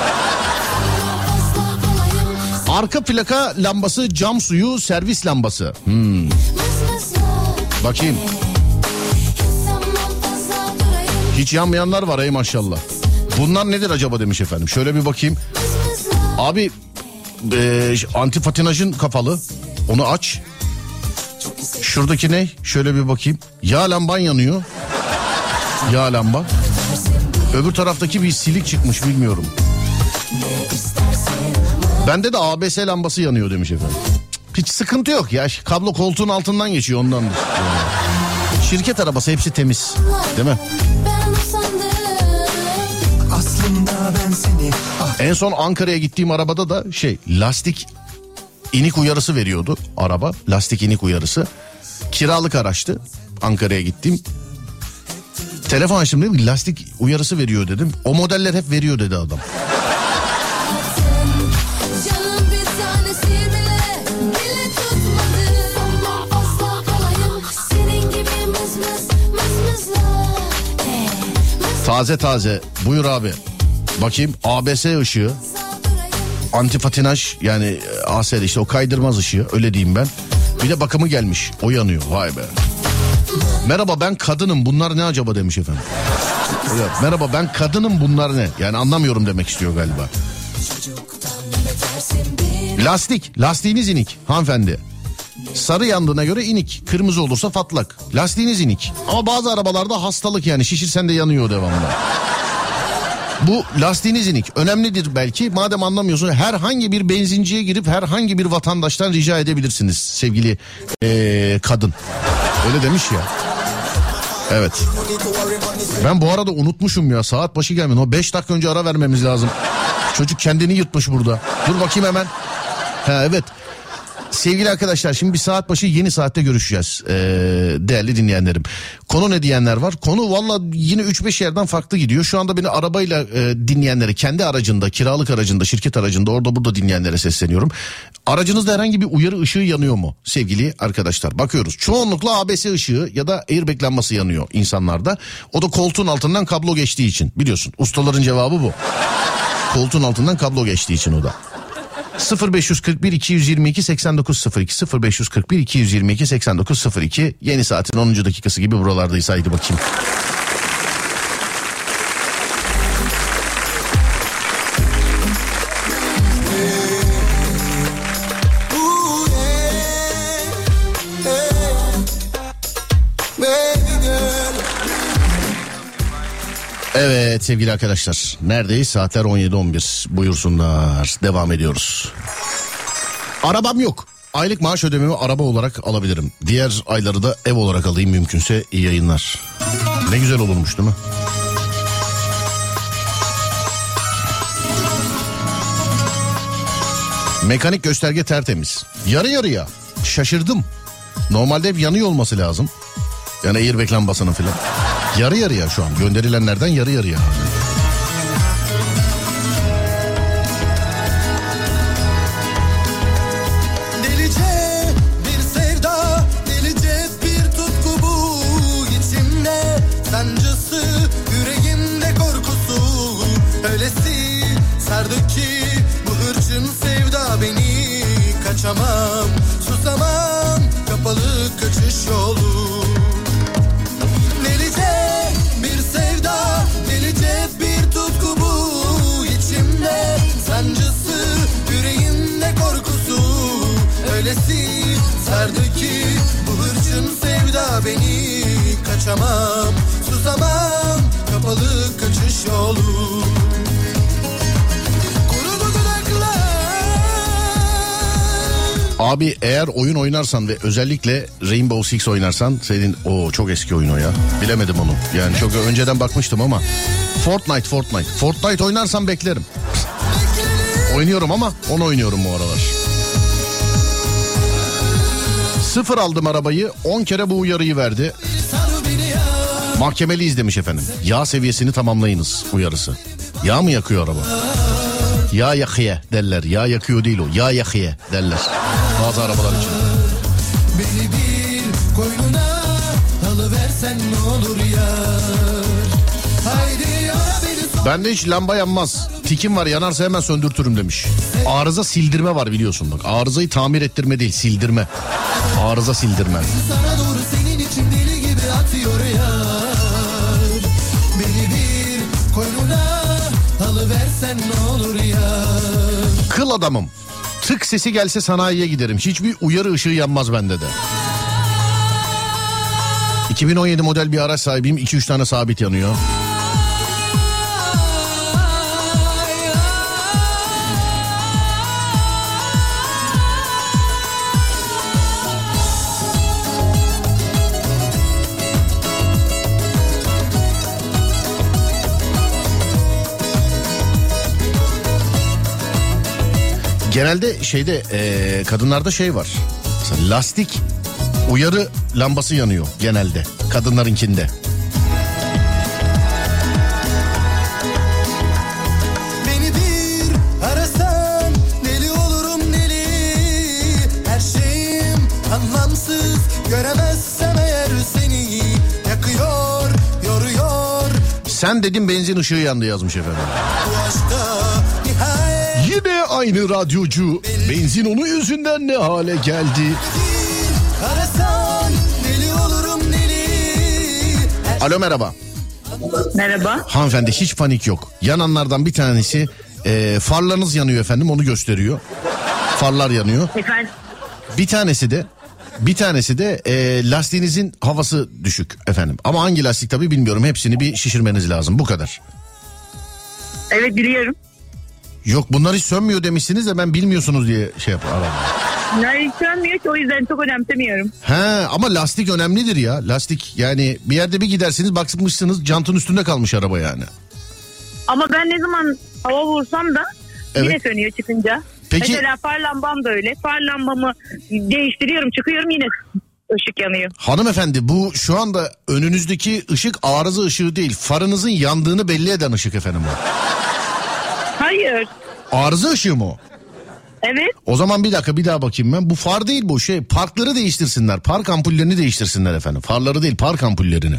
Arka plaka lambası, cam suyu, servis lambası. Hmm. Bakayım. Hiç yanmayanlar var ey maşallah. Bunlar nedir acaba demiş efendim. Şöyle bir bakayım. Abi e, antipatinajın kapalı. Onu aç. Şuradaki ne? Şöyle bir bakayım. Yağ lamban yanıyor. Yağ lamba. Öbür taraftaki bir silik çıkmış, bilmiyorum. Bende de A B S lambası yanıyor demiş efendim. Hiç sıkıntı yok ya. Kablo koltuğun altından geçiyor, ondandır. Yani. Şirket arabası, hepsi temiz. Değil mi? Ben seni, ah. En son Ankara'ya gittiğim arabada da şey, lastik inik uyarısı veriyordu araba. Lastik inik uyarısı. Kiralık araçtı. Ankara'ya gittim. Telefon açtım, dedim ki lastik uyarısı veriyor dedim. O modeller hep veriyor dedi adam. Taze taze. Buyur abi. Bakayım, A B S ışığı. Antipatinaj yani A S D, işte o kaydırmaz ışığı, öyle diyeyim ben. Bir de bakımı gelmiş. O yanıyor. Vay be. Merhaba ben kadınım, bunlar ne acaba demiş efendim. Evet, merhaba ben kadınım, bunlar ne? Yani anlamıyorum demek istiyor galiba. Lastik. Lastiğiniz inik hanımefendi. Sarı yandığına göre inik. Kırmızı olursa fatlak. Lastiğiniz inik. Ama bazı arabalarda hastalık, yani şişirsen de yanıyor devamlı. Bu lastiğiniz inik. Önemlidir belki. Madem anlamıyorsun, herhangi bir benzinciye girip herhangi bir vatandaştan rica edebilirsiniz sevgili ee, kadın. Öyle demiş ya. Evet. Ben bu arada unutmuşum ya. Saat başı gelmedi. O beş dakika önce ara vermemiz lazım. Çocuk kendini yırtmış burada. Dur bakayım hemen. Ha, evet. Sevgili arkadaşlar, şimdi bir saat başı yeni saatte görüşeceğiz ee, değerli dinleyenlerim. Konu ne diyenler var? Konu valla yine üç beş yerden farklı gidiyor. Şu anda beni arabayla e, dinleyenlere, kendi aracında, kiralık aracında, şirket aracında, orada burada dinleyenlere sesleniyorum. Aracınızda herhangi bir uyarı ışığı yanıyor mu sevgili arkadaşlar? Bakıyoruz. Çoğunlukla A B S ışığı ya da airbag lambası yanıyor insanlarda. O da koltuğun altından kablo geçtiği için, biliyorsun. Ustaların cevabı bu. Koltuğun altından kablo geçtiği için o da. sıfır beş kırk bir iki yüz yirmi iki seksen dokuz sıfır iki sıfır beş kırk bir iki yüz yirmi iki seksen dokuz sıfır iki yeni saatin onuncu dakikası gibi buralardayız. Haydi bakayım. Evet sevgili arkadaşlar, neredeyiz? Saatler on yedi on bir, buyursunlar, devam ediyoruz. Arabam yok, aylık maaş ödememi araba olarak alabilirim, diğer ayları da ev olarak alayım mümkünse. İyi yayınlar. Ne güzel olurmuş değil mi? Mekanik gösterge tertemiz, yarı yarıya, şaşırdım. Normalde hep yanıyor olması lazım. Yani airbag lambasının filan. Yarı yarıya şu an. Gönderilenlerden yarı yarıya. Delice bir sevda, delice bir tutku bu içimde. Sancısı, yüreğimde korkusu. Öylesi sardı ki bu hırçın sevda beni. Kaçamam, susamam, kapalı kaçış yolu. Sancısı, yüreğimde korkusu. Öylesi sardı ki bu hırçın sevda beni. Kaçamam, susamam, kapalı kaçış yolu. Abi eğer oyun oynarsan ve özellikle Rainbow Six oynarsan, senin o çok eski oyun o ya. Bilemedim onu. Yani çok önceden bakmıştım ama Fortnite Fortnite. Fortnite oynarsan beklerim. Oynuyorum ama onu oynuyorum bu aralar. Sıfır aldım arabayı, on kere bu uyarıyı verdi. Mahkemeliyiz demiş efendim. Yağ seviyesini tamamlayınız uyarısı. Yağ mı yakıyor araba? Yağ yakıya derler. Yağ yakıyor değil o. Yağ yakıya derler bazı arabalar için. Beni bir koynuna alıversen ne olur ya. Haydi yara beni. Bende hiç lamba yanmaz. Tikim var, yanarsa hemen söndürtürüm demiş. Arıza sildirme var biliyorsun bak. Arızayı tamir ettirme değil, sildirme. Arıza sildirme. Sana doğru senin için deli gibi atıyor ya. Beni bir koynuna alıversen ne olur ya. Kıl adamım. Tık sesi gelse sanayiye giderim. Hiçbir uyarı ışığı yanmaz bende de. iki bin on yedi model bir araç sahibiyim. iki üç tane sabit yanıyor. Genelde şeyde e, kadınlarda şey var. Mesela lastik uyarı lambası yanıyor genelde kadınlarınkinde. Beni bir arasan deli olurum deli. Her şeyim anlamsız, göremezsem eğer seni yakıyor, yoruyor. Sen dedim benzin ışığı yandı yazmış efendim. Bu aşkta nihayet. Yine aynı radyocu. Benzin onun yüzünden ne hale geldi. Arasan deli olurum deli. Alo merhaba. Merhaba. Hanımefendi hiç panik yok. Yananlardan bir tanesi e, farlarınız yanıyor efendim, onu gösteriyor. Farlar yanıyor. Efendim? Bir tanesi de bir tanesi de e, lastiğinizin havası düşük efendim. Ama hangi lastik tabii bilmiyorum. Hepsini bir şişirmeniz lazım. Bu kadar. Evet biliyorum. Yok bunlar hiç sönmüyor demişsiniz de ben bilmiyorsunuz diye şey yapıyorum. Yani hiç sönmüyor ki, o yüzden çok önemsemiyorum. He ama lastik önemlidir ya. Lastik yani bir yerde bir gidersiniz bakmışsınız jantın üstünde kalmış araba yani. Ama ben ne zaman hava vursam da Evet. yine sönüyor çıkınca. Peki- Mesela far lambam da öyle. Far lambamı değiştiriyorum, çıkıyorum, yine ışık yanıyor. Hanımefendi bu şu anda önünüzdeki ışık arıza ışığı değil. Farınızın yandığını belli eden ışık efendim bu. Hayır. Arıza ışığı mı o? Evet. O zaman bir dakika bir daha bakayım ben. Bu far değil bu şey. Parkları değiştirsinler. Park ampullerini değiştirsinler efendim. Farları değil, park ampullerini.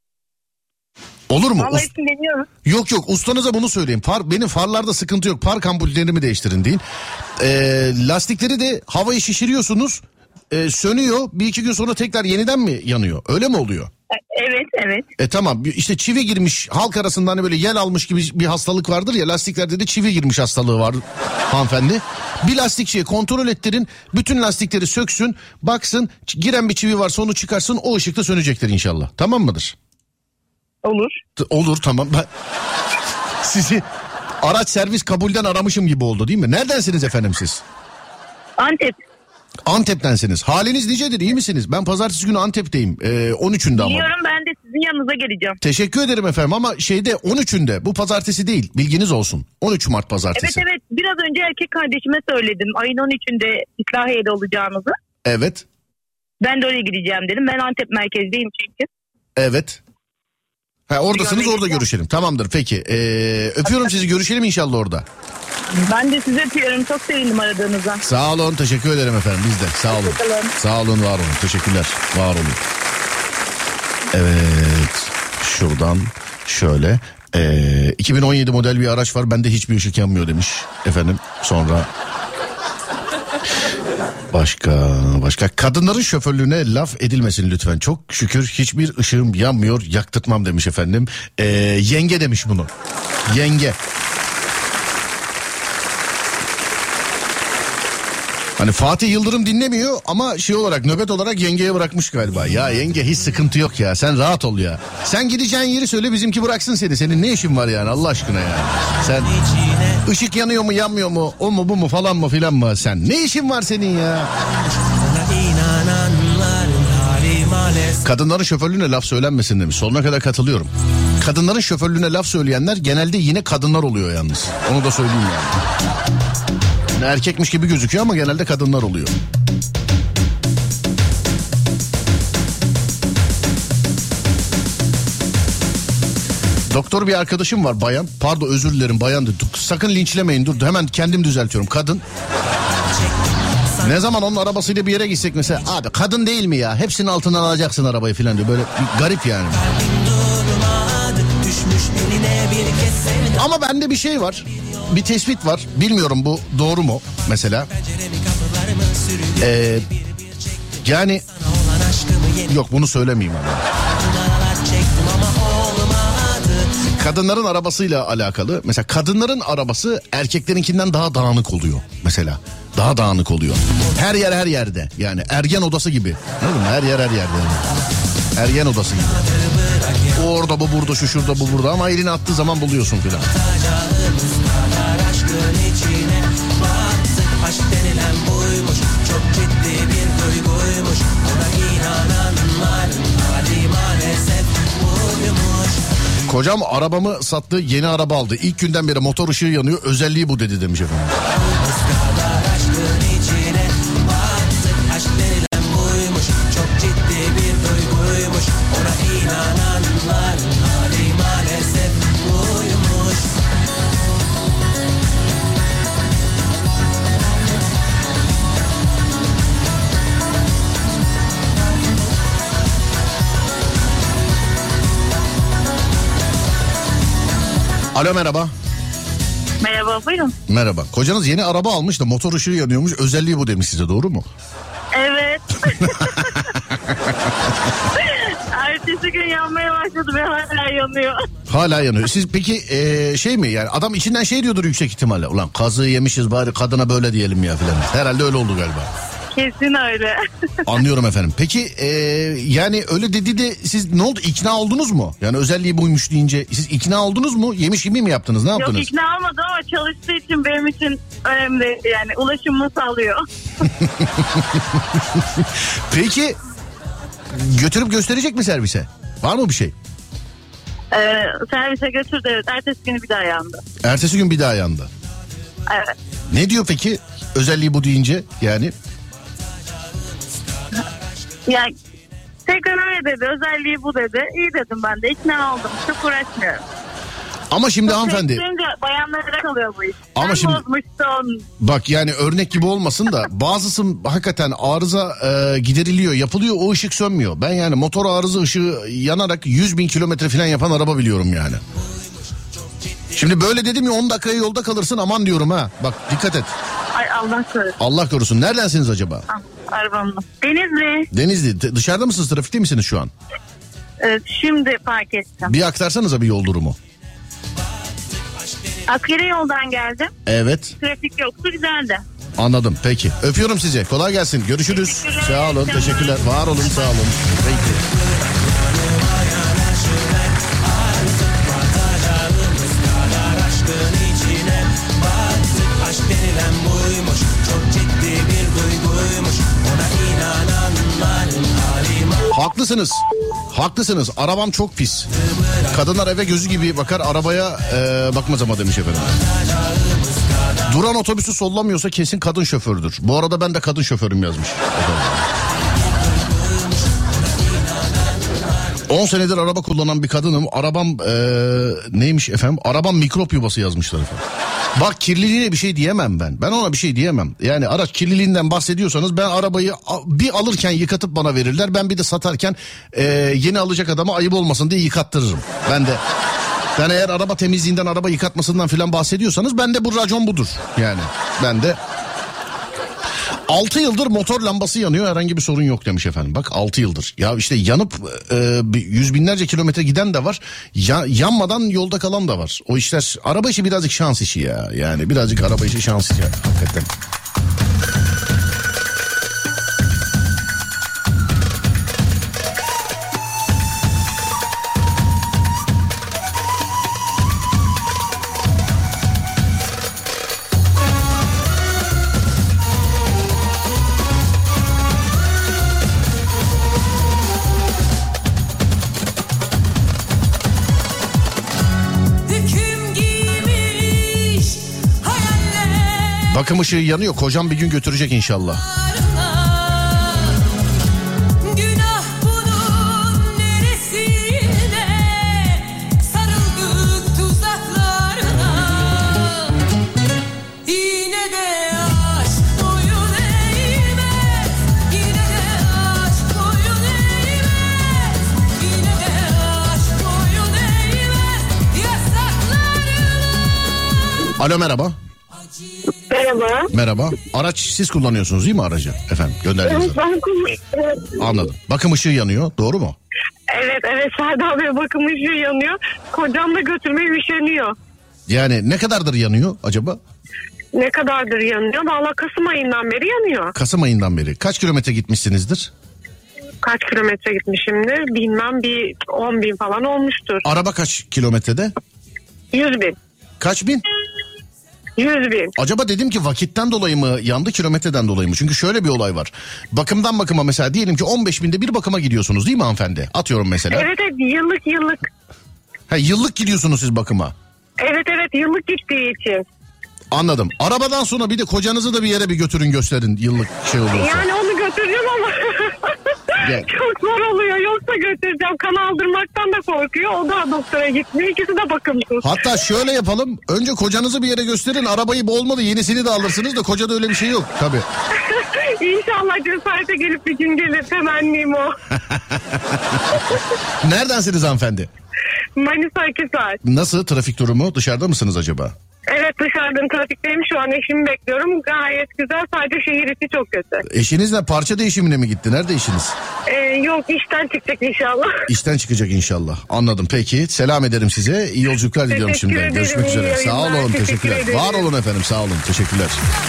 Olur mu? Vallahi Ust- hepsini deniyorum. Yok yok ustanıza bunu söyleyin. Far, benim farlarda sıkıntı yok. Park ampullerimi değiştirin deyin. Ee, lastikleri de havayı şişiriyorsunuz. E, sönüyor. Bir iki gün sonra tekrar yeniden mi yanıyor? Öyle mi oluyor? Evet, evet. E tamam işte çivi girmiş, halk arasında hani böyle yel almış gibi bir hastalık vardır ya, lastiklerde de çivi girmiş hastalığı var hanımefendi. Bir lastikçiye kontrol ettirin, bütün lastikleri söksün, baksın, giren bir çivi varsa onu çıkarsın, o ışıkta sönecektir inşallah. Tamam mıdır? Olur. T- olur tamam. Ben sizi araç servis kabulden aramışım gibi oldu değil mi? Neredensiniz efendim siz? Antep. Antep'tensiniz. Haliniz nicedir, iyi misiniz? Ben pazartesi günü Antep'teyim. Ee, on üçünde ama. Biliyorum, ben de sizin yanınıza geleceğim. Teşekkür ederim efendim ama şeyde on üçünde, bu pazartesi değil, bilginiz olsun. on üç Mart pazartesi. Evet evet, biraz önce erkek kardeşime söyledim. Ayın on üçünde İslahiye'de olacağınızı. Evet. Ben de oraya gideceğim dedim. Ben Antep merkezdeyim çünkü. Evet. Ha, oradasınız, Görmek orada ister. görüşelim. Tamamdır peki. Ee, öpüyorum sizi, görüşelim inşallah orada. Ben de sizi öpüyorum. Çok sevindim aradığınıza. Sağ olun, teşekkür ederim efendim, biz de sağ olun. Hoşçakalın. Sağ olun, var olun, teşekkürler, var olun. Evet, şuradan şöyle ee, iki bin on yedi model bir araç var, bende hiçbir ışık yanmıyor demiş efendim. Sonra başka başka kadınların şoförlüğüne laf edilmesin lütfen, çok şükür hiçbir ışığım yanmıyor, yaktırtmam demiş efendim. Ee, yenge demiş bunu, yenge. Hani Fatih Yıldırım dinlemiyor ama şey olarak, nöbet olarak yengeye bırakmış galiba. Ya yenge hiç sıkıntı yok ya, sen rahat ol ya. Sen gideceğin yeri söyle, bizimki bıraksın seni. Senin ne işin var yani Allah aşkına ya. Sen ışık yanıyor mu yanmıyor mu, o mu bu mu falan mı filan mı, sen ne işin var senin ya. İnananların halime Kadınların şoförlüğüne laf söylenmesin demiş. Sonuna kadar katılıyorum. Kadınların şoförlüğüne laf söyleyenler genelde yine kadınlar oluyor yalnız. Onu da söyleyeyim yani. Yani erkekmiş gibi gözüküyor ama genelde kadınlar oluyor. Doktor bir arkadaşım var, bayan. Pardon, özür dilerim, bayandı. Sakın linçlemeyin, dur hemen kendim düzeltiyorum. Kadın. Ne zaman onun arabasıyla bir yere gitsek mesela, abi kadın değil mi ya? Hepsinin altından alacaksın arabayı falan diyor. Böyle garip yani. Ama bende bir şey var. Bir tespit var. Bilmiyorum bu doğru mu mesela. Ee, yani yok, bunu söylemeyeyim ama. Kadınların arabasıyla alakalı. Mesela kadınların arabası erkeklerinkinden daha dağınık oluyor mesela. Daha dağınık oluyor. Her yer her yerde. Yani ergen odası gibi. Anladın mı? Her yer her yerde. Yani. Ergen odası gibi. O orada, bu burada, şu şurada, bu burada, ama elini attığı zaman buluyorsun filan. Kocam arabamı sattı, yeni araba aldı. İlk günden beri motor ışığı yanıyor, özelliği bu dedi demiş efendim. Alo, merhaba. Merhaba, buyurun. Merhaba. Kocanız yeni araba almış da motor ışığı yanıyormuş. Özelliği bu demiş size, doğru mu? Evet. Ertesi gün yanmaya başladı ve hala yanıyor. Hala yanıyor. Siz peki ee, şey mi yani, adam içinden şey diyordur yüksek ihtimalle. Ulan kazığı yemişiz, bari kadına böyle diyelim ya filan. Herhalde öyle oldu galiba. Kesin öyle. Anlıyorum efendim. Peki ee, yani öyle dedi de siz ne oldu, ikna oldunuz mu? Yani özelliği buymuş deyince siz ikna oldunuz mu? Yemiş gibi mi yaptınız, ne yaptınız? Yok, ikna olmadım ama çalıştığı için benim için önemli, yani ulaşımımı sağlıyor. Peki götürüp gösterecek mi servise? Var mı bir şey? Ee, servise götürdü, evet. Ertesi günü bir daha yandı. Ertesi gün bir daha yandı. Evet. Ne diyor peki özelliği bu deyince yani? Yani tekrar öyle dedi, özelliği bu dedi. İyi dedim, ben de ikna oldum. Çok uğraşmıyorum. Ama şimdi Çok hanımefendi. seçtiğince bayanlara kalıyor bu iş. Ama Sen şimdi bozmuşsun. bak yani örnek gibi olmasın da bazısı hakikaten arıza e, gideriliyor, yapılıyor, o ışık sönmüyor. Ben yani motor arıza ışığı yanarak yüz bin kilometre falan yapan araba biliyorum yani. Şimdi böyle dedim ya, on dakikaya yolda kalırsın aman diyorum ha. Bak dikkat et. Ay Allah korusun. Allah korusun. Neredensiniz acaba? Ah, arabamda. Denizli. Denizli. Dışarıda mısınız? Trafikte misiniz şu an? Evet, şimdi fark ettim. Bir aktarsanıza bir yol durumu. Askeri yoldan geldim. Evet. Trafik yoktu, güzeldi. Anladım. Peki. Öpüyorum sizi. Kolay gelsin. Görüşürüz. Teşekkürler. Sağ olun. Teşekkürler. Var olun. Sağ olun. Peki. Haklısınız. Haklısınız. Arabam çok pis. Kadınlar eve gözü gibi bakar, arabaya e, bakmaz ama demiş efendim. Duran otobüsü sollamıyorsa kesin kadın şofördür. Bu arada ben de kadın şoförüm yazmış. on senedir araba kullanan bir kadınım. Arabam e, neymiş efendim? Arabam mikrop yuvası yazmışlar efendim. Bak kirliliğine bir şey diyemem ben. Ben ona bir şey diyemem. Yani araç kirliliğinden bahsediyorsanız ben arabayı bir alırken yıkatıp bana verirler. Ben bir de satarken e, yeni alacak adama ayıp olmasın diye yıkattırırım. Ben de ben eğer araba temizliğinden, araba yıkatmasından filan bahsediyorsanız ben de bu racon budur. Yani ben de altı yıldır motor lambası yanıyor, herhangi bir sorun yok demiş efendim. Bak altı yıldır. Ya işte yanıp e, yüz binlerce kilometre giden de var. Ya, yanmadan yolda kalan da var. O işler, araba işi birazcık şans işi ya. Yani birazcık araba işi şans işi ya. Hakikaten. Bakım ışığı yanıyor. Kocam bir gün götürecek inşallah. Alo merhaba. Merhaba. Merhaba. Araç siz kullanıyorsunuz değil mi aracı? Efendim gönderdiğiniz. Ben evet. Anladım. Bakım ışığı yanıyor. Doğru mu? Evet evet Serdar Bey bakım ışığı yanıyor. Kocam da götürmeye üşeniyor. Yani ne kadardır yanıyor acaba? Ne kadardır yanıyor? Valla Kasım ayından beri yanıyor. Kasım ayından beri. Kaç kilometre gitmişsinizdir? Kaç kilometre gitmişimdir? Bilmem bir on bin falan olmuştur. Araba kaç kilometrede? yüz bin. Kaç bin? yüz bin. Acaba dedim ki vakitten dolayı mı yandı, kilometreden dolayı mı? Çünkü şöyle bir olay var. Bakımdan bakıma mesela diyelim ki on beş binde bir bakıma gidiyorsunuz değil mi hanımefendi? Atıyorum mesela. Evet evet yıllık yıllık. Ha, yıllık gidiyorsunuz siz bakıma. Evet evet yıllık gittiği için. Anladım. Arabadan sonra bir de kocanızı da bir yere bir götürün gösterin yıllık şey olursa. Yani onu götüreceğim ama Gel. çok zor oluyor. Yoksa götüreceğim. Kan aldırmaktan da korkuyor. O da doktora gitmiyor. İkisi de bakımsız. Hatta şöyle yapalım. Önce kocanızı bir yere gösterin. Arabayı olmadı yenisini de alırsınız da kocada öyle bir şey yok tabii. İnşallah cesarete gelip bir gün gelir. Temennim o. Neredensiniz hanımefendi? Manisa Akhisar. Nasıl trafik durumu? Dışarıda mısınız acaba? Evet dışarıdan trafikteyim. Şu an eşimi bekliyorum. Gayet güzel. Sadece şehir içi çok kötü. Eşinizle parça değişimine mi gitti? Nerede eşiniz? Ee, yok işten çıkacak inşallah. İşten çıkacak inşallah. Anladım. Peki selam ederim size. İyi yolculuklar diliyorum Teşekkür şimdiden. ederim, Görüşmek iyi üzere. yayınlar. Sağ olun. Teşekkür Teşekkürler. ederim. Var olun efendim. Sağ olun. Teşekkürler.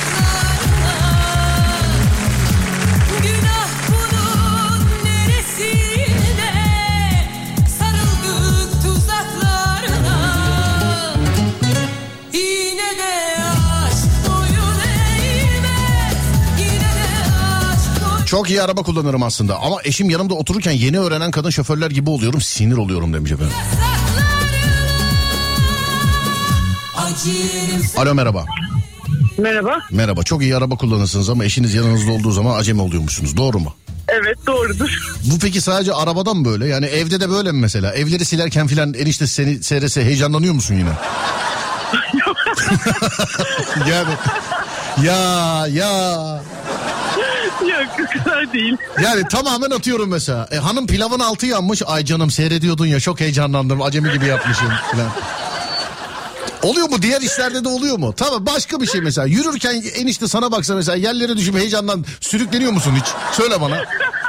Çok iyi araba kullanırım aslında ama eşim yanımda otururken yeni öğrenen kadın şoförler gibi oluyorum, sinir oluyorum demiş efendim. Alo merhaba. Merhaba. Merhaba, çok iyi araba kullanırsınız ama eşiniz yanınızda olduğu zaman acemi oluyormuşsunuz, doğru mu? Evet doğrudur. Bu peki sadece arabada mı böyle? Yani evde de böyle mi mesela? Evleri silerken filan enişte seni seyrese heyecanlanıyor musun yine? yani ya ya... Yok o kadar değil. Yani tamamen atıyorum mesela. E, hanım pilavın altı yanmış. Ay canım seyrediyordun ya çok heyecanlandım. Acemi gibi yapmışım falan. Oluyor mu? Diğer işlerde de oluyor mu? Tamam başka bir şey mesela. Yürürken enişte sana baksa mesela yerlere düşüp heyecandan sürükleniyor musun hiç? Söyle bana.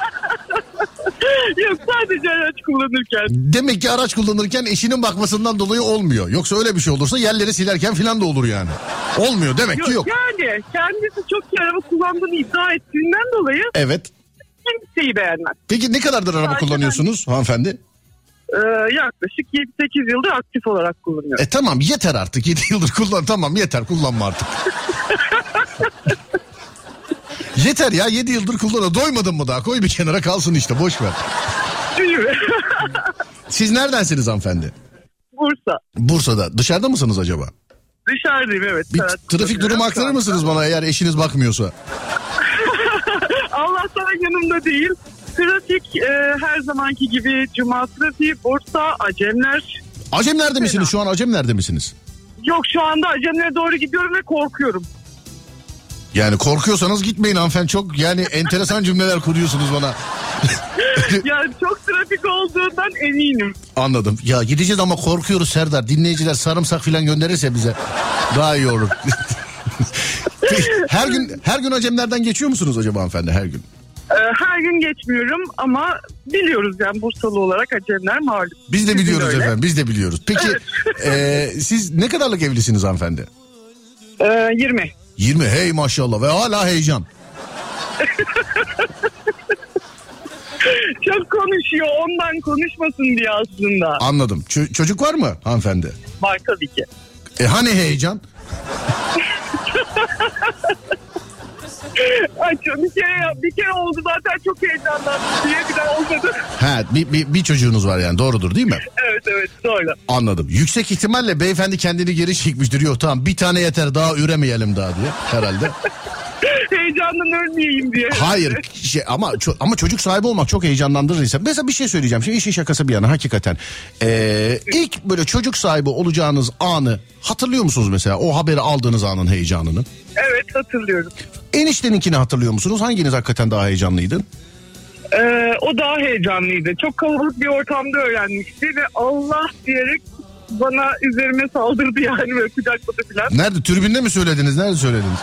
Yok sadece araç kullanırken. Demek ki araç kullanırken eşinin bakmasından dolayı olmuyor. Yoksa öyle bir şey olursa yerleri silerken falan da olur yani. Olmuyor demek Yok, ki yok. Yani kendisi çok iyi araba kullandığını iddia ettiğinden dolayı Evet. kimseyi beğenmez. Peki ne kadardır araba Sadece kullanıyorsunuz ben... hanımefendi? Ee, yaklaşık yedi sekiz yıldır aktif olarak kullanıyorum. E tamam yeter artık yedi yıldır kullan tamam yeter kullanma artık. Yeter ya yedi yıldır kullanıyor. Doymadın mı daha? Koy bir kenara kalsın işte boş ver. Siz neredensiniz hanımefendi? Bursa. Bursa'da. Dışarıda mısınız acaba? Dışarıdayım evet. Bir evet trafik durumu aktarır mısınız bana eğer eşiniz bakmıyorsa? Allah'tan yanımda değil. Trafik e, her zamanki gibi cuma trafiği, Bursa, Acemler. Acemler'de misiniz? Şu an Acemler'de misiniz? Yok şu anda Acemler'e doğru gidiyorum ve korkuyorum. Yani korkuyorsanız gitmeyin hanımefendi çok yani enteresan cümleler kuruyorsunuz bana. Yani çok trafik olduğundan eminim. Anladım. Ya gideceğiz ama korkuyoruz Serdar. Dinleyiciler sarımsak falan gönderirse bize daha iyi olur. her gün her gün Acemler'den geçiyor musunuz acaba hanımefendi her gün? Her gün geçmiyorum ama biliyoruz yani Bursalı olarak Acemler malum. Biz de Bizim biliyoruz öyle. efendim biz de biliyoruz. Peki e, siz ne kadarlık evlisiniz hanımefendi? Ee, yirmi. yirmi hey maşallah ve hala heyecan. Çok konuşuyor ondan konuşmasın diye aslında. Anladım. Ç- çocuk var mı hanımefendi? Var tabii ki. E hani heyecan? Ay, çok- bir kere bir kere oldu zaten, çok heyecanlandım diye, bir daha olmadı. Ha, bir, bir, bir çocuğunuz var yani, doğrudur değil mi? Evet evet, doğru. Anladım. Yüksek ihtimalle beyefendi kendini geri çekmiştir. Yok tamam, bir tane yeter, daha üremeyelim daha diye herhalde. Heyecandan ölmeyeyim diye. Hayır şey, ama ço- ama çocuk sahibi olmak çok heyecanlandırır insan. Mesela bir şey söyleyeceğim. Şimdi işin şakası bir yana, hakikaten. Ee, ilk böyle çocuk sahibi olacağınız anı hatırlıyor musunuz mesela? O haberi aldığınız anın heyecanını. Evet, hatırlıyorum. Enişteninkini hatırlıyor musunuz? Hanginiz hakikaten daha heyecanlıydı? Ee, o daha heyecanlıydı. Çok kalabalık bir ortamda öğrenmişti ve Allah diyerek bana üzerime saldırdı yani, böyle kucakladı falan. Nerede? Tribünde mi söylediniz? Nerede söylediniz?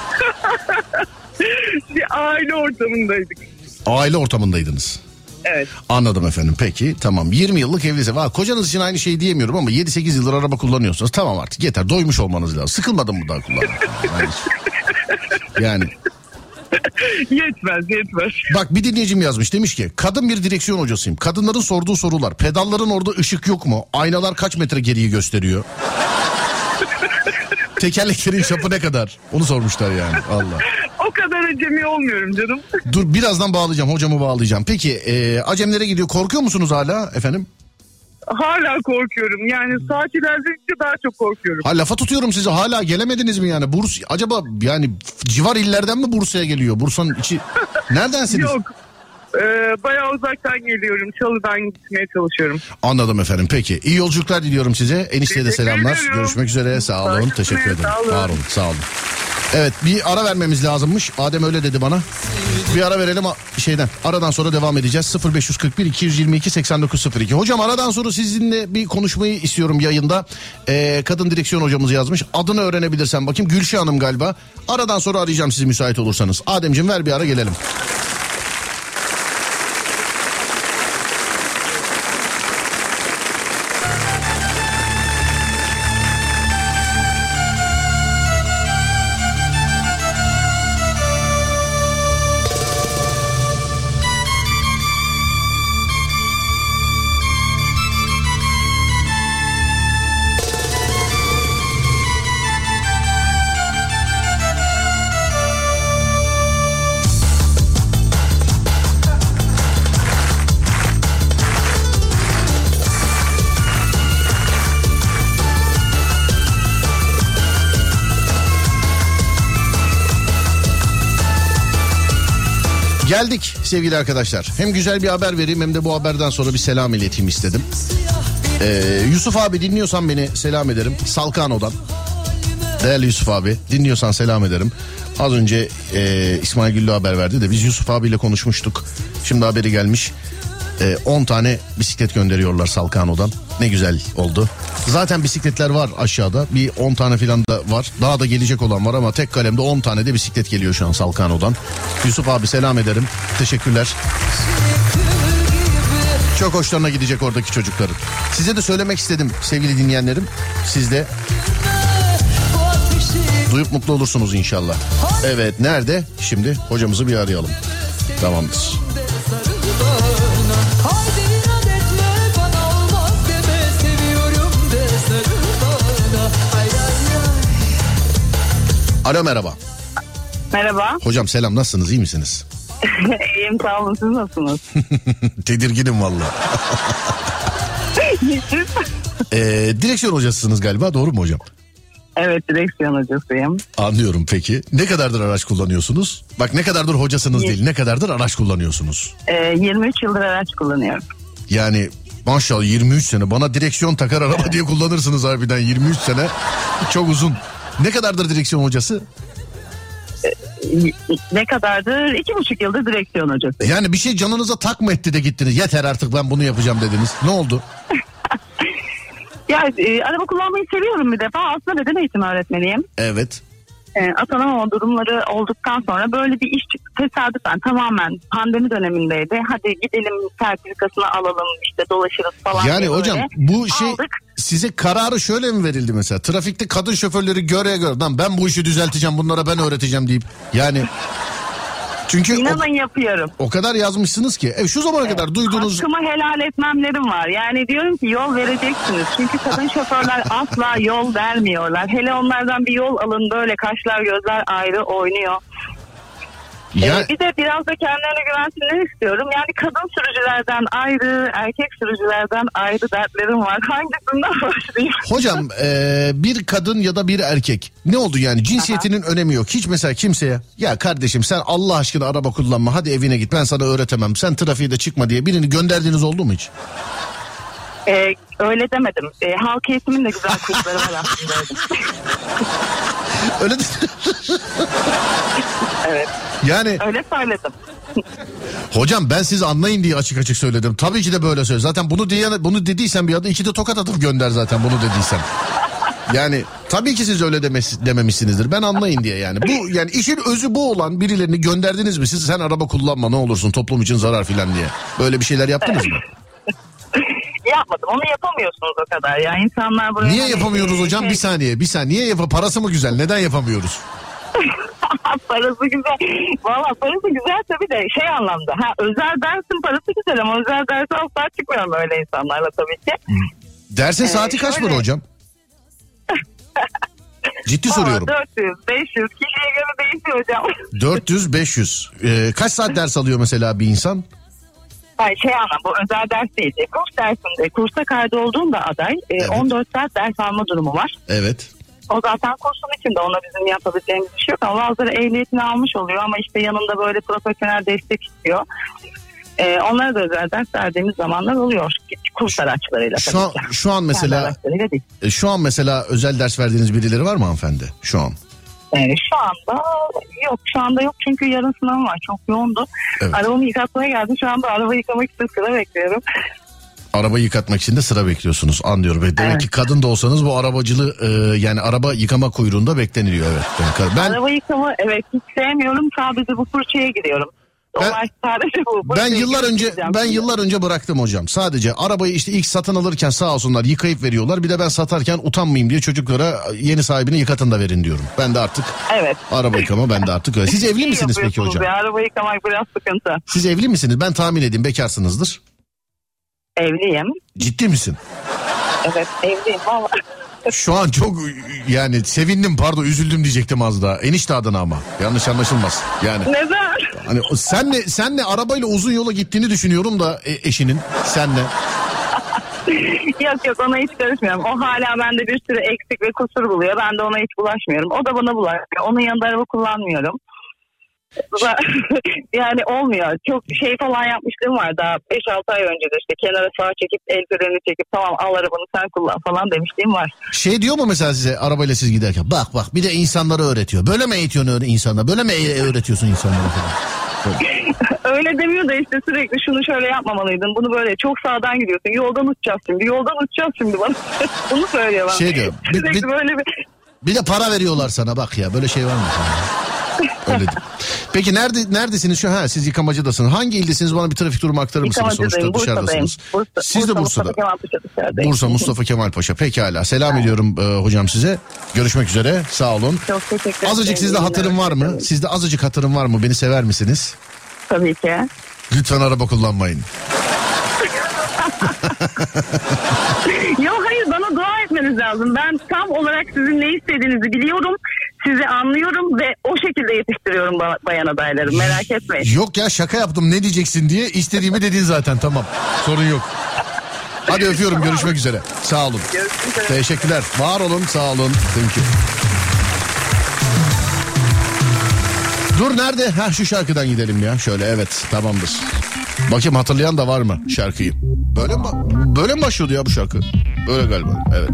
Bir aile ortamındaydık. Aile ortamındaydınız. Evet. Anladım efendim. Peki tamam, yirmi yıllık evlisi. Valla kocanız için aynı şeyi diyemiyorum ama yedi sekiz yıldır araba kullanıyorsunuz. Tamam artık yeter, doymuş olmanız lazım. Sıkılmadın mı daha kullanmak? Yani, yani. Yetmez yetmez. Bak, bir dinleyicim yazmış, demiş ki kadın bir direksiyon hocasıyım. Kadınların sorduğu sorular: pedalların orada ışık yok mu? Aynalar kaç metre geriyi gösteriyor? Tekerleklerin çapı ne kadar? Onu sormuşlar yani. Allah. O kadar acemi olmuyorum canım. Dur, birazdan bağlayacağım, hocamı bağlayacağım. Peki e, acemlere gidiyor, korkuyor musunuz hala efendim? Hala korkuyorum. Yani saat ilerledikçe daha çok korkuyorum. Ha, lafa tutuyorum sizi, hala gelemediniz mi yani? Burs acaba yani civar illerden mi Bursa'ya geliyor? Bursa'nın içi neredensiniz? Yok. Ee, bayağı uzaktan geliyorum. Çalı'dan gitmeye çalışıyorum. Anladım efendim. Peki, iyi yolculuklar diliyorum size. Enişteye de Teşekkür selamlar. ederim. Görüşmek üzere. Sağ olun. Görüşmek Teşekkür üzere, ederim. sağ olun. Var olun. Sağ olun. Evet, bir ara vermemiz lazımmış. Adem öyle dedi bana. Bir ara verelim şeyden. Aradan sonra devam edeceğiz. sıfır beş kırk bir iki yüz yirmi iki seksen dokuz sıfır iki. Hocam, aradan sonra sizinle bir konuşmayı istiyorum yayında. Ee, kadın direksiyon hocamız yazmış. Adını öğrenebilirsem bakayım. Gülşah Hanım galiba. Aradan sonra arayacağım sizi müsait olursanız. Ademciğim, ver bir ara gelelim. Geldik sevgili arkadaşlar. Hem güzel bir haber vereyim hem de bu haberden sonra bir selam ileteyim istedim. Ee, Yusuf abi, dinliyorsan beni selam ederim. Salkano'dan. Değerli Yusuf abi, dinliyorsan selam ederim. Az önce e, İsmail Güllü haber verdi de biz Yusuf abiyle konuşmuştuk. Şimdi haberi gelmiş. E, on tane bisiklet gönderiyorlar Salkano'dan. Ne güzel oldu. Zaten bisikletler var aşağıda. Bir on tane falan da var. Daha da gelecek olan var ama tek kalemde on tane de bisiklet geliyor şu an Salkano'dan. Yusuf abi, selam ederim. Teşekkürler. Çok hoşlarına gidecek oradaki çocukların. Size de söylemek istedim sevgili dinleyenlerim. Siz de duyup mutlu olursunuz inşallah. Evet, nerede? Şimdi hocamızı bir arayalım. Tamamdır. Alo, merhaba. Merhaba. Hocam selam, nasılsınız, iyi misiniz? İyiyim, sağ olun, siz nasılsınız? Tedirginim valla. ee, direksiyon hocasısınız galiba, doğru mu hocam? Evet, direksiyon hocasıyım. Anlıyorum, peki. Ne kadardır araç kullanıyorsunuz? Bak, ne kadardır hocasınız değil, ne kadardır araç kullanıyorsunuz? Ee, yirmi üç yıldır araç kullanıyorum. Yani maşallah, yirmi üç sene. Bana direksiyon takar araba evet diye kullanırsınız harbiden, yirmi üç sene. Çok uzun. Ne kadardır direksiyon hocası? Ne kadardır? İki buçuk yıldır direksiyon hocası. Yani bir şey canınıza tak mı etti de gittiniz? Yeter artık, ben bunu yapacağım dediniz. Ne oldu? Ya e, araba kullanmayı seviyorum bir defa. Aslında beden eğitimi öğretmeniyim. Evet. E, atanama durumları olduktan sonra böyle bir iş çıktı. Tesadüfen, tamamen pandemi dönemindeydi. Hadi gidelim sertifikasını alalım, işte dolaşırız falan. Yani hocam bu şey aldık. Size kararı şöyle mi verildi mesela? Trafikte kadın şoförleri göreye göre, lan ben bu işi düzelteceğim, bunlara ben öğreteceğim deyip. Yani çünkü İnanın o, yapıyorum. O kadar yazmışsınız ki. E, şu zamana evet, kadar duyduğunuz... Hakkımı helal etmemlerim var. Yani diyorum ki yol vereceksiniz. Çünkü kadın şoförler asla yol vermiyorlar. Hele onlardan bir yol alın, böyle kaşlar gözler ayrı oynuyor. Ya... Ee, bir de biraz da kendilerine güvensinler istiyorum. Yani kadın sürücülerden ayrı, erkek sürücülerden ayrı dertlerim var. Hangisinden başlayayım? Hocam e, bir kadın ya da bir erkek ne oldu yani cinsiyetinin Aha. önemi yok. Hiç mesela kimseye ya kardeşim sen Allah aşkına araba kullanma hadi evine git ben sana öğretemem. Sen trafiğe de çıkma diye birini gönderdiğiniz oldu mu hiç? Ee, öyle demedim. Ee, halk eğitimin de güzel kursları var aslında. Öyle de... Evet. Yani öyle söyledim. Hocam ben siz anlayın diye açık açık söyledim. Tabii ki de böyle söyle. Zaten bunu diye bunu dediysen bir adı iki de tokat atıp gönder zaten bunu dediysen. Yani tabii ki siz öyle demes, dememişsinizdir. Ben anlayın diye yani. Bu yani işin özü bu olan birilerini gönderdiniz mi? Siz sen araba kullanma ne olursun toplum için zarar filan diye. Böyle bir şeyler yaptınız mı? Yapmadım. Onu yapamıyorsunuz o kadar ya. İnsanlar buraya... Niye yapamıyoruz hani, hocam? Şey... Bir saniye, bir saniye. Niye yap? Parası mı güzel? Neden yapamıyoruz? Parası güzel. Valla parası güzel tabii de şey anlamda. Ha özel dersin parası güzel ama özel dersi asla çıkmıyorum öyle insanlarla tabii ki. Dersin ee, saati kaç şöyle... para hocam? Ciddi soruyorum. dört yüz beş yüz kişiye göre değişiyor hocam. dört yüz beş yüz Ee, kaç saat ders alıyor mesela bir insan? Hayır şey anlam bu özel ders değil. Kurs dersinde kursa kaydolduğunda aday evet. on dört saat ders alma durumu var. Evet. O zaten kursun içinde ona bizim yapabileceğimiz bir şey yok ama bazıları ehliyetini almış oluyor ama işte yanında böyle profesyonel destek istiyor. Ee, onlara da özel ders verdiğimiz zamanlar oluyor. Kurs araçlarıyla tabii şu an, ki. Şu an mesela şu an mesela özel ders verdiğiniz birileri var mı hanımefendi şu an? Ee, şu anda yok şu anda yok çünkü yarın sınavım var çok yoğundu. Evet. Arabamı yıkatmaya geldim şu anda araba yıkamak için sıra bekliyorum. Araba yıkatmak için de sıra bekliyorsunuz anlıyorum. Demek evet. ki kadın da olsanız bu arabacılığı e, yani araba yıkama kuyruğunda bekleniliyor evet. Ben, araba yıkama evet hiç sevmiyorum sadece bu fırçaya giriyorum. Ben, bu, ben yıllar önce ben yıllar önce bıraktım hocam. Sadece arabayı işte ilk satın alırken sağ olsunlar yıkayıp veriyorlar. Bir de ben satarken utanmayayım diye çocuklara yeni sahibine yıkatın da verin diyorum. Ben de artık evet. araba yıkama ben de artık öyle. Siz evli misiniz peki hocam? Ya, araba yıkamak biraz sıkıntı. Siz evli misiniz? Ben tahmin edeyim bekarsınızdır. Evliyim. Ciddi misin? Evet evliyim ama. Şu an çok yani sevindim pardon üzüldüm diyecektim az daha. Enişte adına ama yanlış anlaşılmaz. Yani. Neden? Hani senle senle arabayla uzun yola gittiğini düşünüyorum da e, eşinin senle. Yok yok ona hiç karışmıyorum. O hala bende bir sürü eksik ve kusur buluyor. Ben de ona hiç bulaşmıyorum. O da bana bulaşmıyor. Onun yanında araba kullanmıyorum. Yani olmuyor. Çok şey falan yapmışlığım var daha beş altı ay önce de işte kenara sağa çekip el freni çekip tamam al arabanı sen kullan falan demişliğim var. Şey diyor mu mesela size arabayla siz giderken bak bak bir de insanlara öğretiyor. Böyle mi eğitiyorsun öyle insanlara? Böyle mi öğretiyorsun insanlara falan? Öyle demiyor da işte sürekli şunu şöyle yapmamalıydın. Bunu böyle çok sağdan gidiyorsun. Yoldan uçacağız şimdi. Yoldan uçacağız şimdi bana. Bunu söylüyor bana. Şey diyor. Bir, sürekli bir, böyle bir... bir de para veriyorlar sana bak ya. Böyle şey var mı? Öyle değil. Peki nerede neredesiniz şu? Ha siz yıkamacıdasınız. Hangi ildesiniz? Bana bir trafik durumu aktarır mısınız? Sonuçta dışarıdasınız. Bursa, siz de Bursa, Bursa'da. Mustafa Bursa Mustafa Kemal Paşa. Pekala. Selam evet. ediyorum e, hocam size. Görüşmek üzere. Sağ olun. Çok teşekkür ederim. Azıcık sizde hatırım var mı? Sizde azıcık hatırım var mı? Beni sever misiniz? Tabii ki. Lütfen araba kullanmayın. Yok hayır bana dua etmeniz lazım. Ben tam olarak sizin ne istediğinizi biliyorum. Sizi anlıyorum ve o şekilde yetiştiriyorum bayan adaylarım. Merak etmeyin. Yok ya şaka yaptım ne diyeceksin diye. İstediğimi dedin zaten tamam. Sorun yok. Hadi öpüyorum tamam. Görüşmek üzere. Sağ olun. Görüşmek üzere. Teşekkürler. Var olun sağ olun. Thank you. Dur nerede? Ha şu şarkıdan gidelim ya. Şöyle evet tamamdır. Bakayım hatırlayan da var mı şarkıyı? Böyle mi, böyle mi başlıyordu ya bu şarkı? Böyle galiba evet.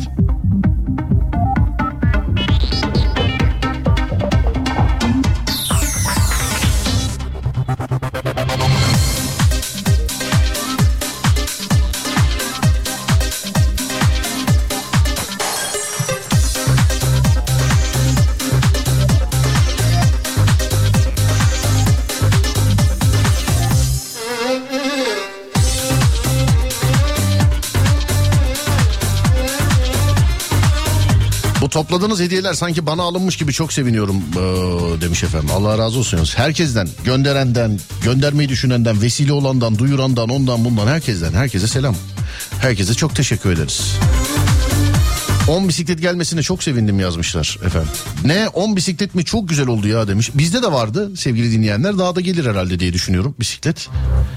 Topladığınız hediyeler sanki bana alınmış gibi çok seviniyorum ee, demiş efendim. Allah razı olsun. Herkesten, gönderenden, göndermeyi düşünenden, vesile olandan, duyurandan, ondan bundan herkesten, herkese selam. Herkese çok teşekkür ederiz. on bisiklet gelmesine çok sevindim yazmışlar efendim. Ne on bisiklet mi, çok güzel oldu ya demiş. Bizde de vardı sevgili dinleyenler, daha da gelir herhalde diye düşünüyorum bisiklet.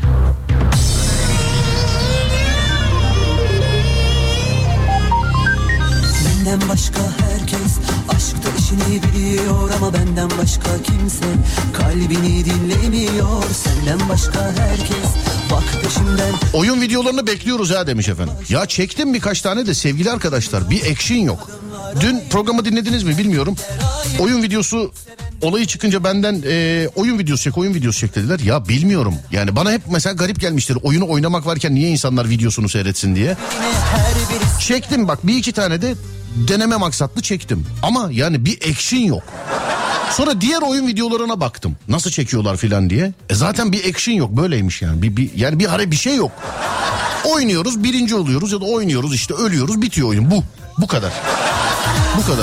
Benden başka herkes aşkta işini biliyor ama benden başka kimse kalbini dinlemiyor. Senden başka herkes bak peşimden. Oyun videolarını bekliyoruz ha demiş efendim. Ya çektim birkaç tane de sevgili arkadaşlar, bir action yok. Dün programı dinlediniz mi bilmiyorum. Oyun videosu olayı çıkınca benden e, oyun videosu çek oyun videosu çek dediler. Ya bilmiyorum yani, bana hep mesela garip gelmiştir. Oyunu oynamak varken niye insanlar videosunu seyretsin diye. Çektim bak, bir iki tane de deneme maksatlı çektim. Ama yani bir action yok. Sonra diğer oyun videolarına baktım. Nasıl çekiyorlar filan diye. E zaten bir action yok, böyleymiş yani. Bir, bir, yani bir hare bir şey yok. Oynuyoruz, birinci oluyoruz ya da oynuyoruz işte ölüyoruz, bitiyor oyun. Bu. Bu kadar. Bu kadar.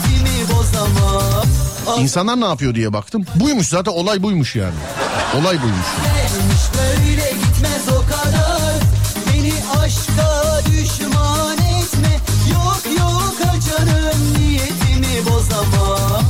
İnsanlar ne yapıyor diye baktım. Buymuş zaten, olay buymuş yani. Olay buymuş. Böyle gitmez o kadar. Beni aşka düşman etme. Yok yok canım, niyetimi bozamam.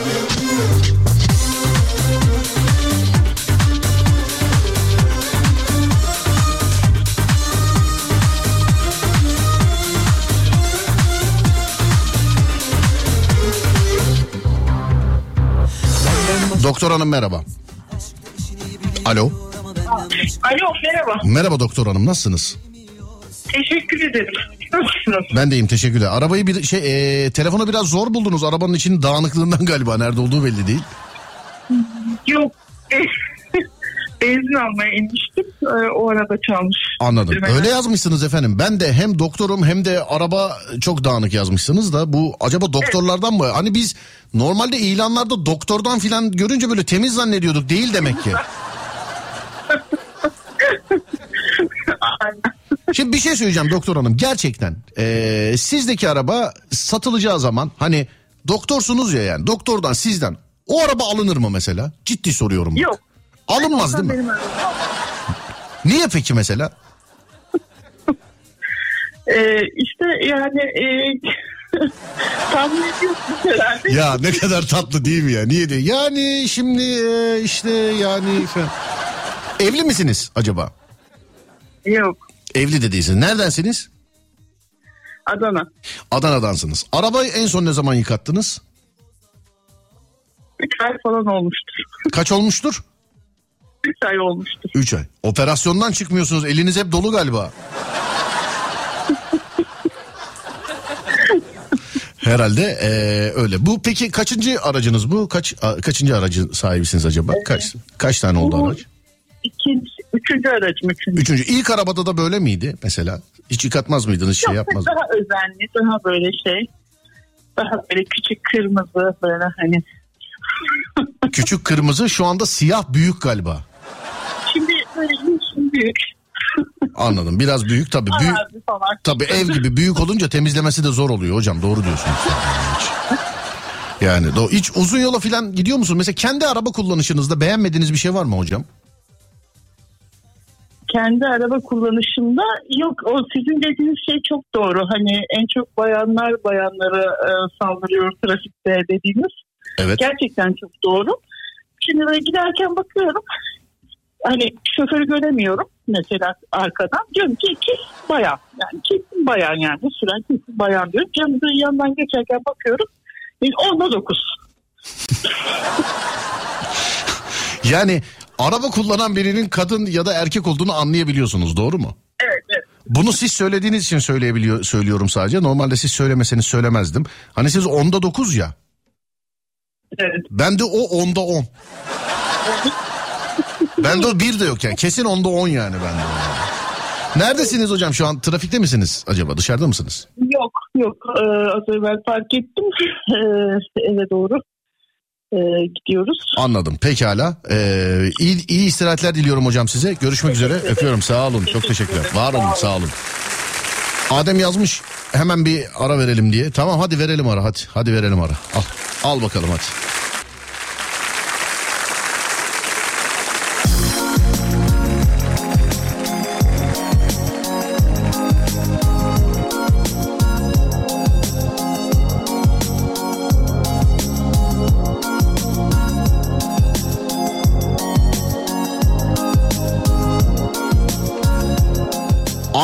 Doktor hanım merhaba. Alo. Alo, merhaba. Merhaba doktor hanım, nasılsınız? Teşekkür ederim. Nasılsınız? Ben de iyiyim, teşekkürler. Arabayı bir şey e, telefonu biraz zor buldunuz. Arabanın içinin dağınıklığından galiba, nerede olduğu belli değil. Yok. Benzin almaya inmiştim. O arada çalmış. Anladım. Hemen. Öyle yazmışsınız efendim. Ben de hem doktorum hem de araba çok dağınık yazmışsınız da, bu acaba doktorlardan mı? Hani biz normalde ilanlarda doktordan filan görünce böyle temiz zannediyorduk. Değil demek ki. Şimdi bir şey söyleyeceğim doktor hanım. Gerçekten ee, sizdeki araba satılacağı zaman, hani doktorsunuz ya, yani doktordan sizden o araba alınır mı mesela? Ciddi soruyorum. Bak. Yok. Alınmaz değil mi? Benim Niye peki mesela? Ee, işte yani e, tahmin ediyorsunuz herhalde. Ya ne kadar tatlı değil mi ya? Niye diyor? Yani şimdi e, işte yani falan. Evli misiniz acaba? Yok. Evli de değilsiniz. Neredensiniz? Adana. Adana'dansınız. Arabayı en son ne zaman yıkattınız? Üç ay falan olmuştur. Kaç olmuştur? Üç ay olmuştur. Üç ay. Operasyondan çıkmıyorsunuz. Eliniz hep dolu galiba. Herhalde ee, öyle. Bu peki kaçıncı aracınız bu? Kaç a, kaçıncı aracı sahibisiniz acaba? Kaç kaç tane oldu Bu araç? İkinci, üçüncü aracım. Üçüncü. Üçüncü. İlk arabada da böyle miydi mesela? Hiç yıkatmaz mıydınız, şey Yok, yapmaz daha özenli, daha böyle şey. Daha böyle küçük kırmızı böyle hani. Küçük kırmızı, şu anda siyah büyük galiba. Şimdi böyle için büyük. Anladım. Biraz büyük tabii. Büyük, Arazi falan. tabii ev gibi büyük olunca temizlemesi de zor oluyor hocam. Doğru diyorsunuz. Yani do- hiç uzun yola falan gidiyor musunuz? Mesela kendi araba kullanışınızda beğenmediğiniz bir şey var mı hocam? Kendi araba kullanışımda yok, o sizin dediğiniz şey çok doğru. Hani en çok bayanlar bayanlara e, saldırıyor trafikte dediğiniz. Evet. Gerçekten çok doğru. Şimdi böyle giderken bakıyorum. Hani şoförü göremiyorum mesela arkadan. Diyorum ki kesin bayan. Yani kesin bayan yani. Bu süren kesin bayan diyorum. Canımın yanından geçerken bakıyorum. onda dokuz. Yani araba kullanan birinin kadın ya da erkek olduğunu anlayabiliyorsunuz, doğru mu? Evet, evet. Bunu siz söylediğiniz için söyleyebiliyor söylüyorum sadece. Normalde siz söylemeseniz söylemezdim. Hani siz onda dokuz ya. Evet. Ben de o onda on. Bende o bir de yok yani. Kesin onda on yani bende. Neredesiniz hocam şu an? Trafikte misiniz acaba? Dışarıda mısınız? Yok yok. Ee, az evvel fark ettim. Ee, eve doğru ee, gidiyoruz. Anladım. Pekala. Ee, iyi, iyi istirahatler diliyorum hocam size. Görüşmek üzere. Öpüyorum. Sağ olun. Çok teşekkürler. Var olun. Sağ olun. Adem yazmış. Hemen bir ara verelim diye. Tamam hadi verelim ara. Hadi. Hadi verelim ara. Al. Al bakalım hadi.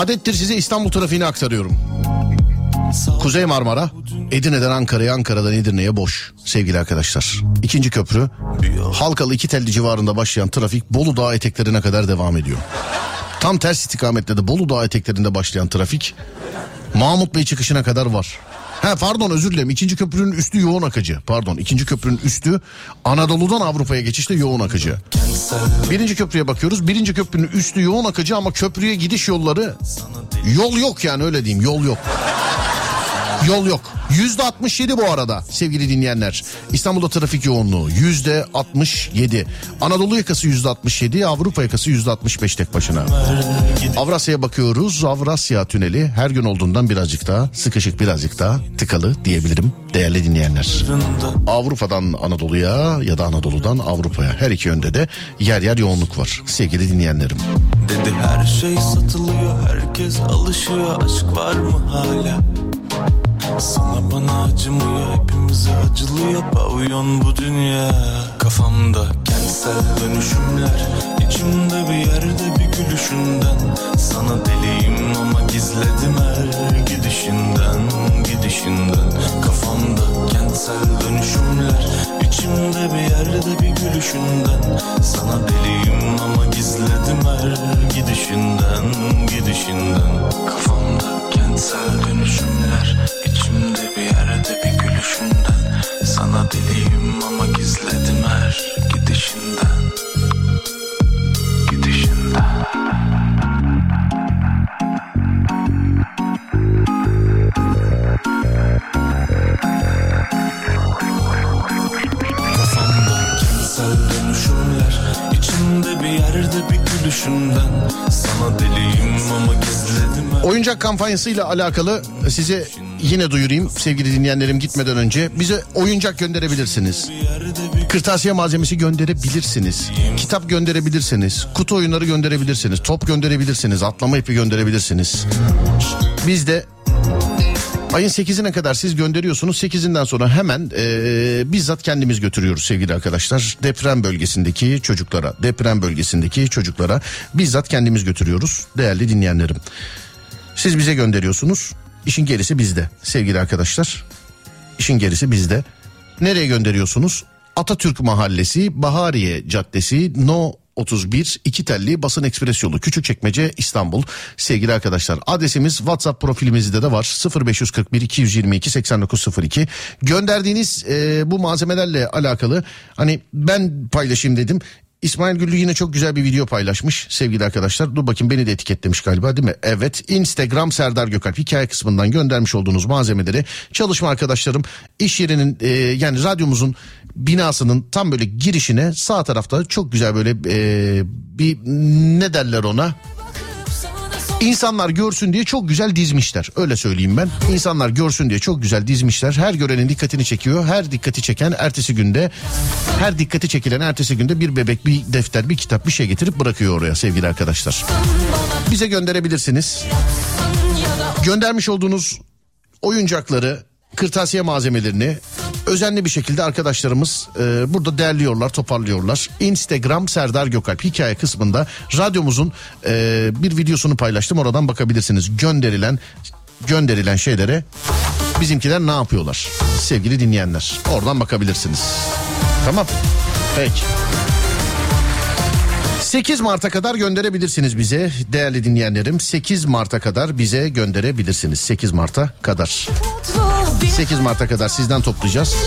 Adettir size İstanbul trafiğini aktarıyorum. Kuzey Marmara, Edirne'den Ankara'ya, Ankara'dan Edirne'ye boş sevgili arkadaşlar. İkinci köprü, Halkalı iki telli civarında başlayan trafik Bolu Dağı eteklerine kadar devam ediyor. Tam ters istikametle de Bolu Dağı eteklerinde başlayan trafik Mahmut Bey çıkışına kadar var. Ha pardon özür dilerim. İkinci köprünün üstü yoğun akıcı. Pardon ikinci köprünün üstü Anadolu'dan Avrupa'ya geçişte yoğun akıcı. Birinci köprüye bakıyoruz. Birinci köprünün üstü yoğun akıcı ama köprüye gidiş yolları yol yok yani öyle diyeyim yol yok. Yol yok. yüzde altmış yedi bu arada sevgili dinleyenler. İstanbul'da trafik yoğunluğu yüzde altmış yedi. Anadolu yakası yüzde altmış yedi, Avrupa yakası yüzde altmış beş tek başına. Avrasya'ya bakıyoruz. Avrasya Tüneli her gün olduğundan birazcık daha sıkışık, birazcık daha tıkalı diyebilirim değerli dinleyenler. Avrupa'dan Anadolu'ya ya da Anadolu'dan Avrupa'ya her iki yönde de yer yer yoğunluk var sevgili dinleyenlerim. Dedi her şey satılıyor, herkes alışıyor, aşk var mı hala? Sana bana acımıyor, hepimize acılıyor, pavyon bu dünya. Kafamda kentsel dönüşümler, içimde bir yerde bir gülüşünden. Sana deliyim ama gizledim her gidişinden, gidişinden. Kafamda kentsel dönüşümler, içimde bir yerde bir gülüşünden. Sana deliyim ama gizledim her gidişinden, gidişinden. Kafamda kentsel dönüşümler, İçimde bir yerde bir gülüşünden. Sana deliyim ama gizledim her gidişinden, gidişinden. Kafamda kentsel dönüşümler, içimde bir yerde bir gülüşünden. Sana deliyim ama gizledim her... Oyuncak kampanyasıyla alakalı size yine duyurayım sevgili dinleyenlerim gitmeden önce. Bize oyuncak gönderebilirsiniz. Kırtasiye malzemesi gönderebilirsiniz. Kitap gönderebilirsiniz. Kutu oyunları gönderebilirsiniz. Top gönderebilirsiniz. Atlama ipi gönderebilirsiniz. Biz de ayın sekizine kadar siz gönderiyorsunuz. sekizinden sonra hemen ee, bizzat kendimiz götürüyoruz sevgili arkadaşlar. Deprem bölgesindeki çocuklara, deprem bölgesindeki çocuklara bizzat kendimiz götürüyoruz değerli dinleyenlerim. Siz bize gönderiyorsunuz. İşin gerisi bizde sevgili arkadaşlar. İşin gerisi bizde. Nereye gönderiyorsunuz? Atatürk Mahallesi, Bahariye Caddesi, No otuz bir, iki telli Basın Ekspres Yolu, Küçükçekmece, İstanbul. Sevgili arkadaşlar adresimiz WhatsApp profilimizde de var. sıfır beş kırk bir iki yüz yirmi iki seksen dokuz sıfır iki. Gönderdiğiniz e, bu malzemelerle alakalı hani ben paylaşayım dedim. İsmail Güllü yine çok güzel bir video paylaşmış sevgili arkadaşlar. Dur bakayım beni de etiketlemiş galiba değil mi? Evet, Instagram Serdar Gökalp hikaye kısmından göndermiş olduğunuz malzemeleri çalışma arkadaşlarım iş yerinin e, yani radyomuzun binasının tam böyle girişine sağ tarafta çok güzel böyle e, bir ne derler ona? İnsanlar görsün diye çok güzel dizmişler. Öyle söyleyeyim ben. İnsanlar görsün diye çok güzel dizmişler. Her görenin dikkatini çekiyor. Her dikkati çeken ertesi günde, her dikkati çekilen ertesi günde bir bebek, bir defter, bir kitap, bir şey getirip bırakıyor oraya sevgili arkadaşlar. Bize gönderebilirsiniz. Göndermiş olduğunuz oyuncakları, kırtasiye malzemelerini özenli bir şekilde arkadaşlarımız e, burada derliyorlar, toparlıyorlar. Instagram Serdar Gökalp hikaye kısmında radyomuzun e, bir videosunu paylaştım. Oradan bakabilirsiniz. Gönderilen gönderilen şeylere bizimkiler ne yapıyorlar sevgili dinleyenler. Oradan bakabilirsiniz. Tamam. Peki. sekiz Mart'a kadar gönderebilirsiniz bize değerli dinleyenlerim. sekiz Mart'a kadar bize gönderebilirsiniz. sekiz Mart'a kadar. sekiz Mart'a kadar sizden toplayacağız.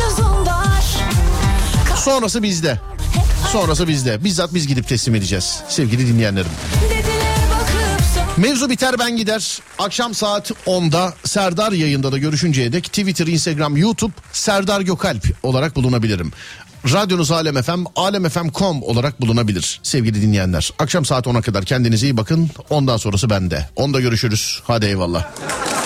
Sonrası bizde. Sonrası bizde. Bizzat biz gidip teslim edeceğiz sevgili dinleyenlerim. Mevzu biter ben gider. Akşam saat onda Serdar yayında da görüşünceye dek Twitter, Instagram, YouTube Serdar Gökalp olarak bulunabilirim. Radyonuz Alem F M, alem f m nokta com olarak bulunabilir sevgili dinleyenler. Akşam saat ona kadar kendinize iyi bakın. Ondan sonrası bende. Onda görüşürüz. Hadi eyvallah.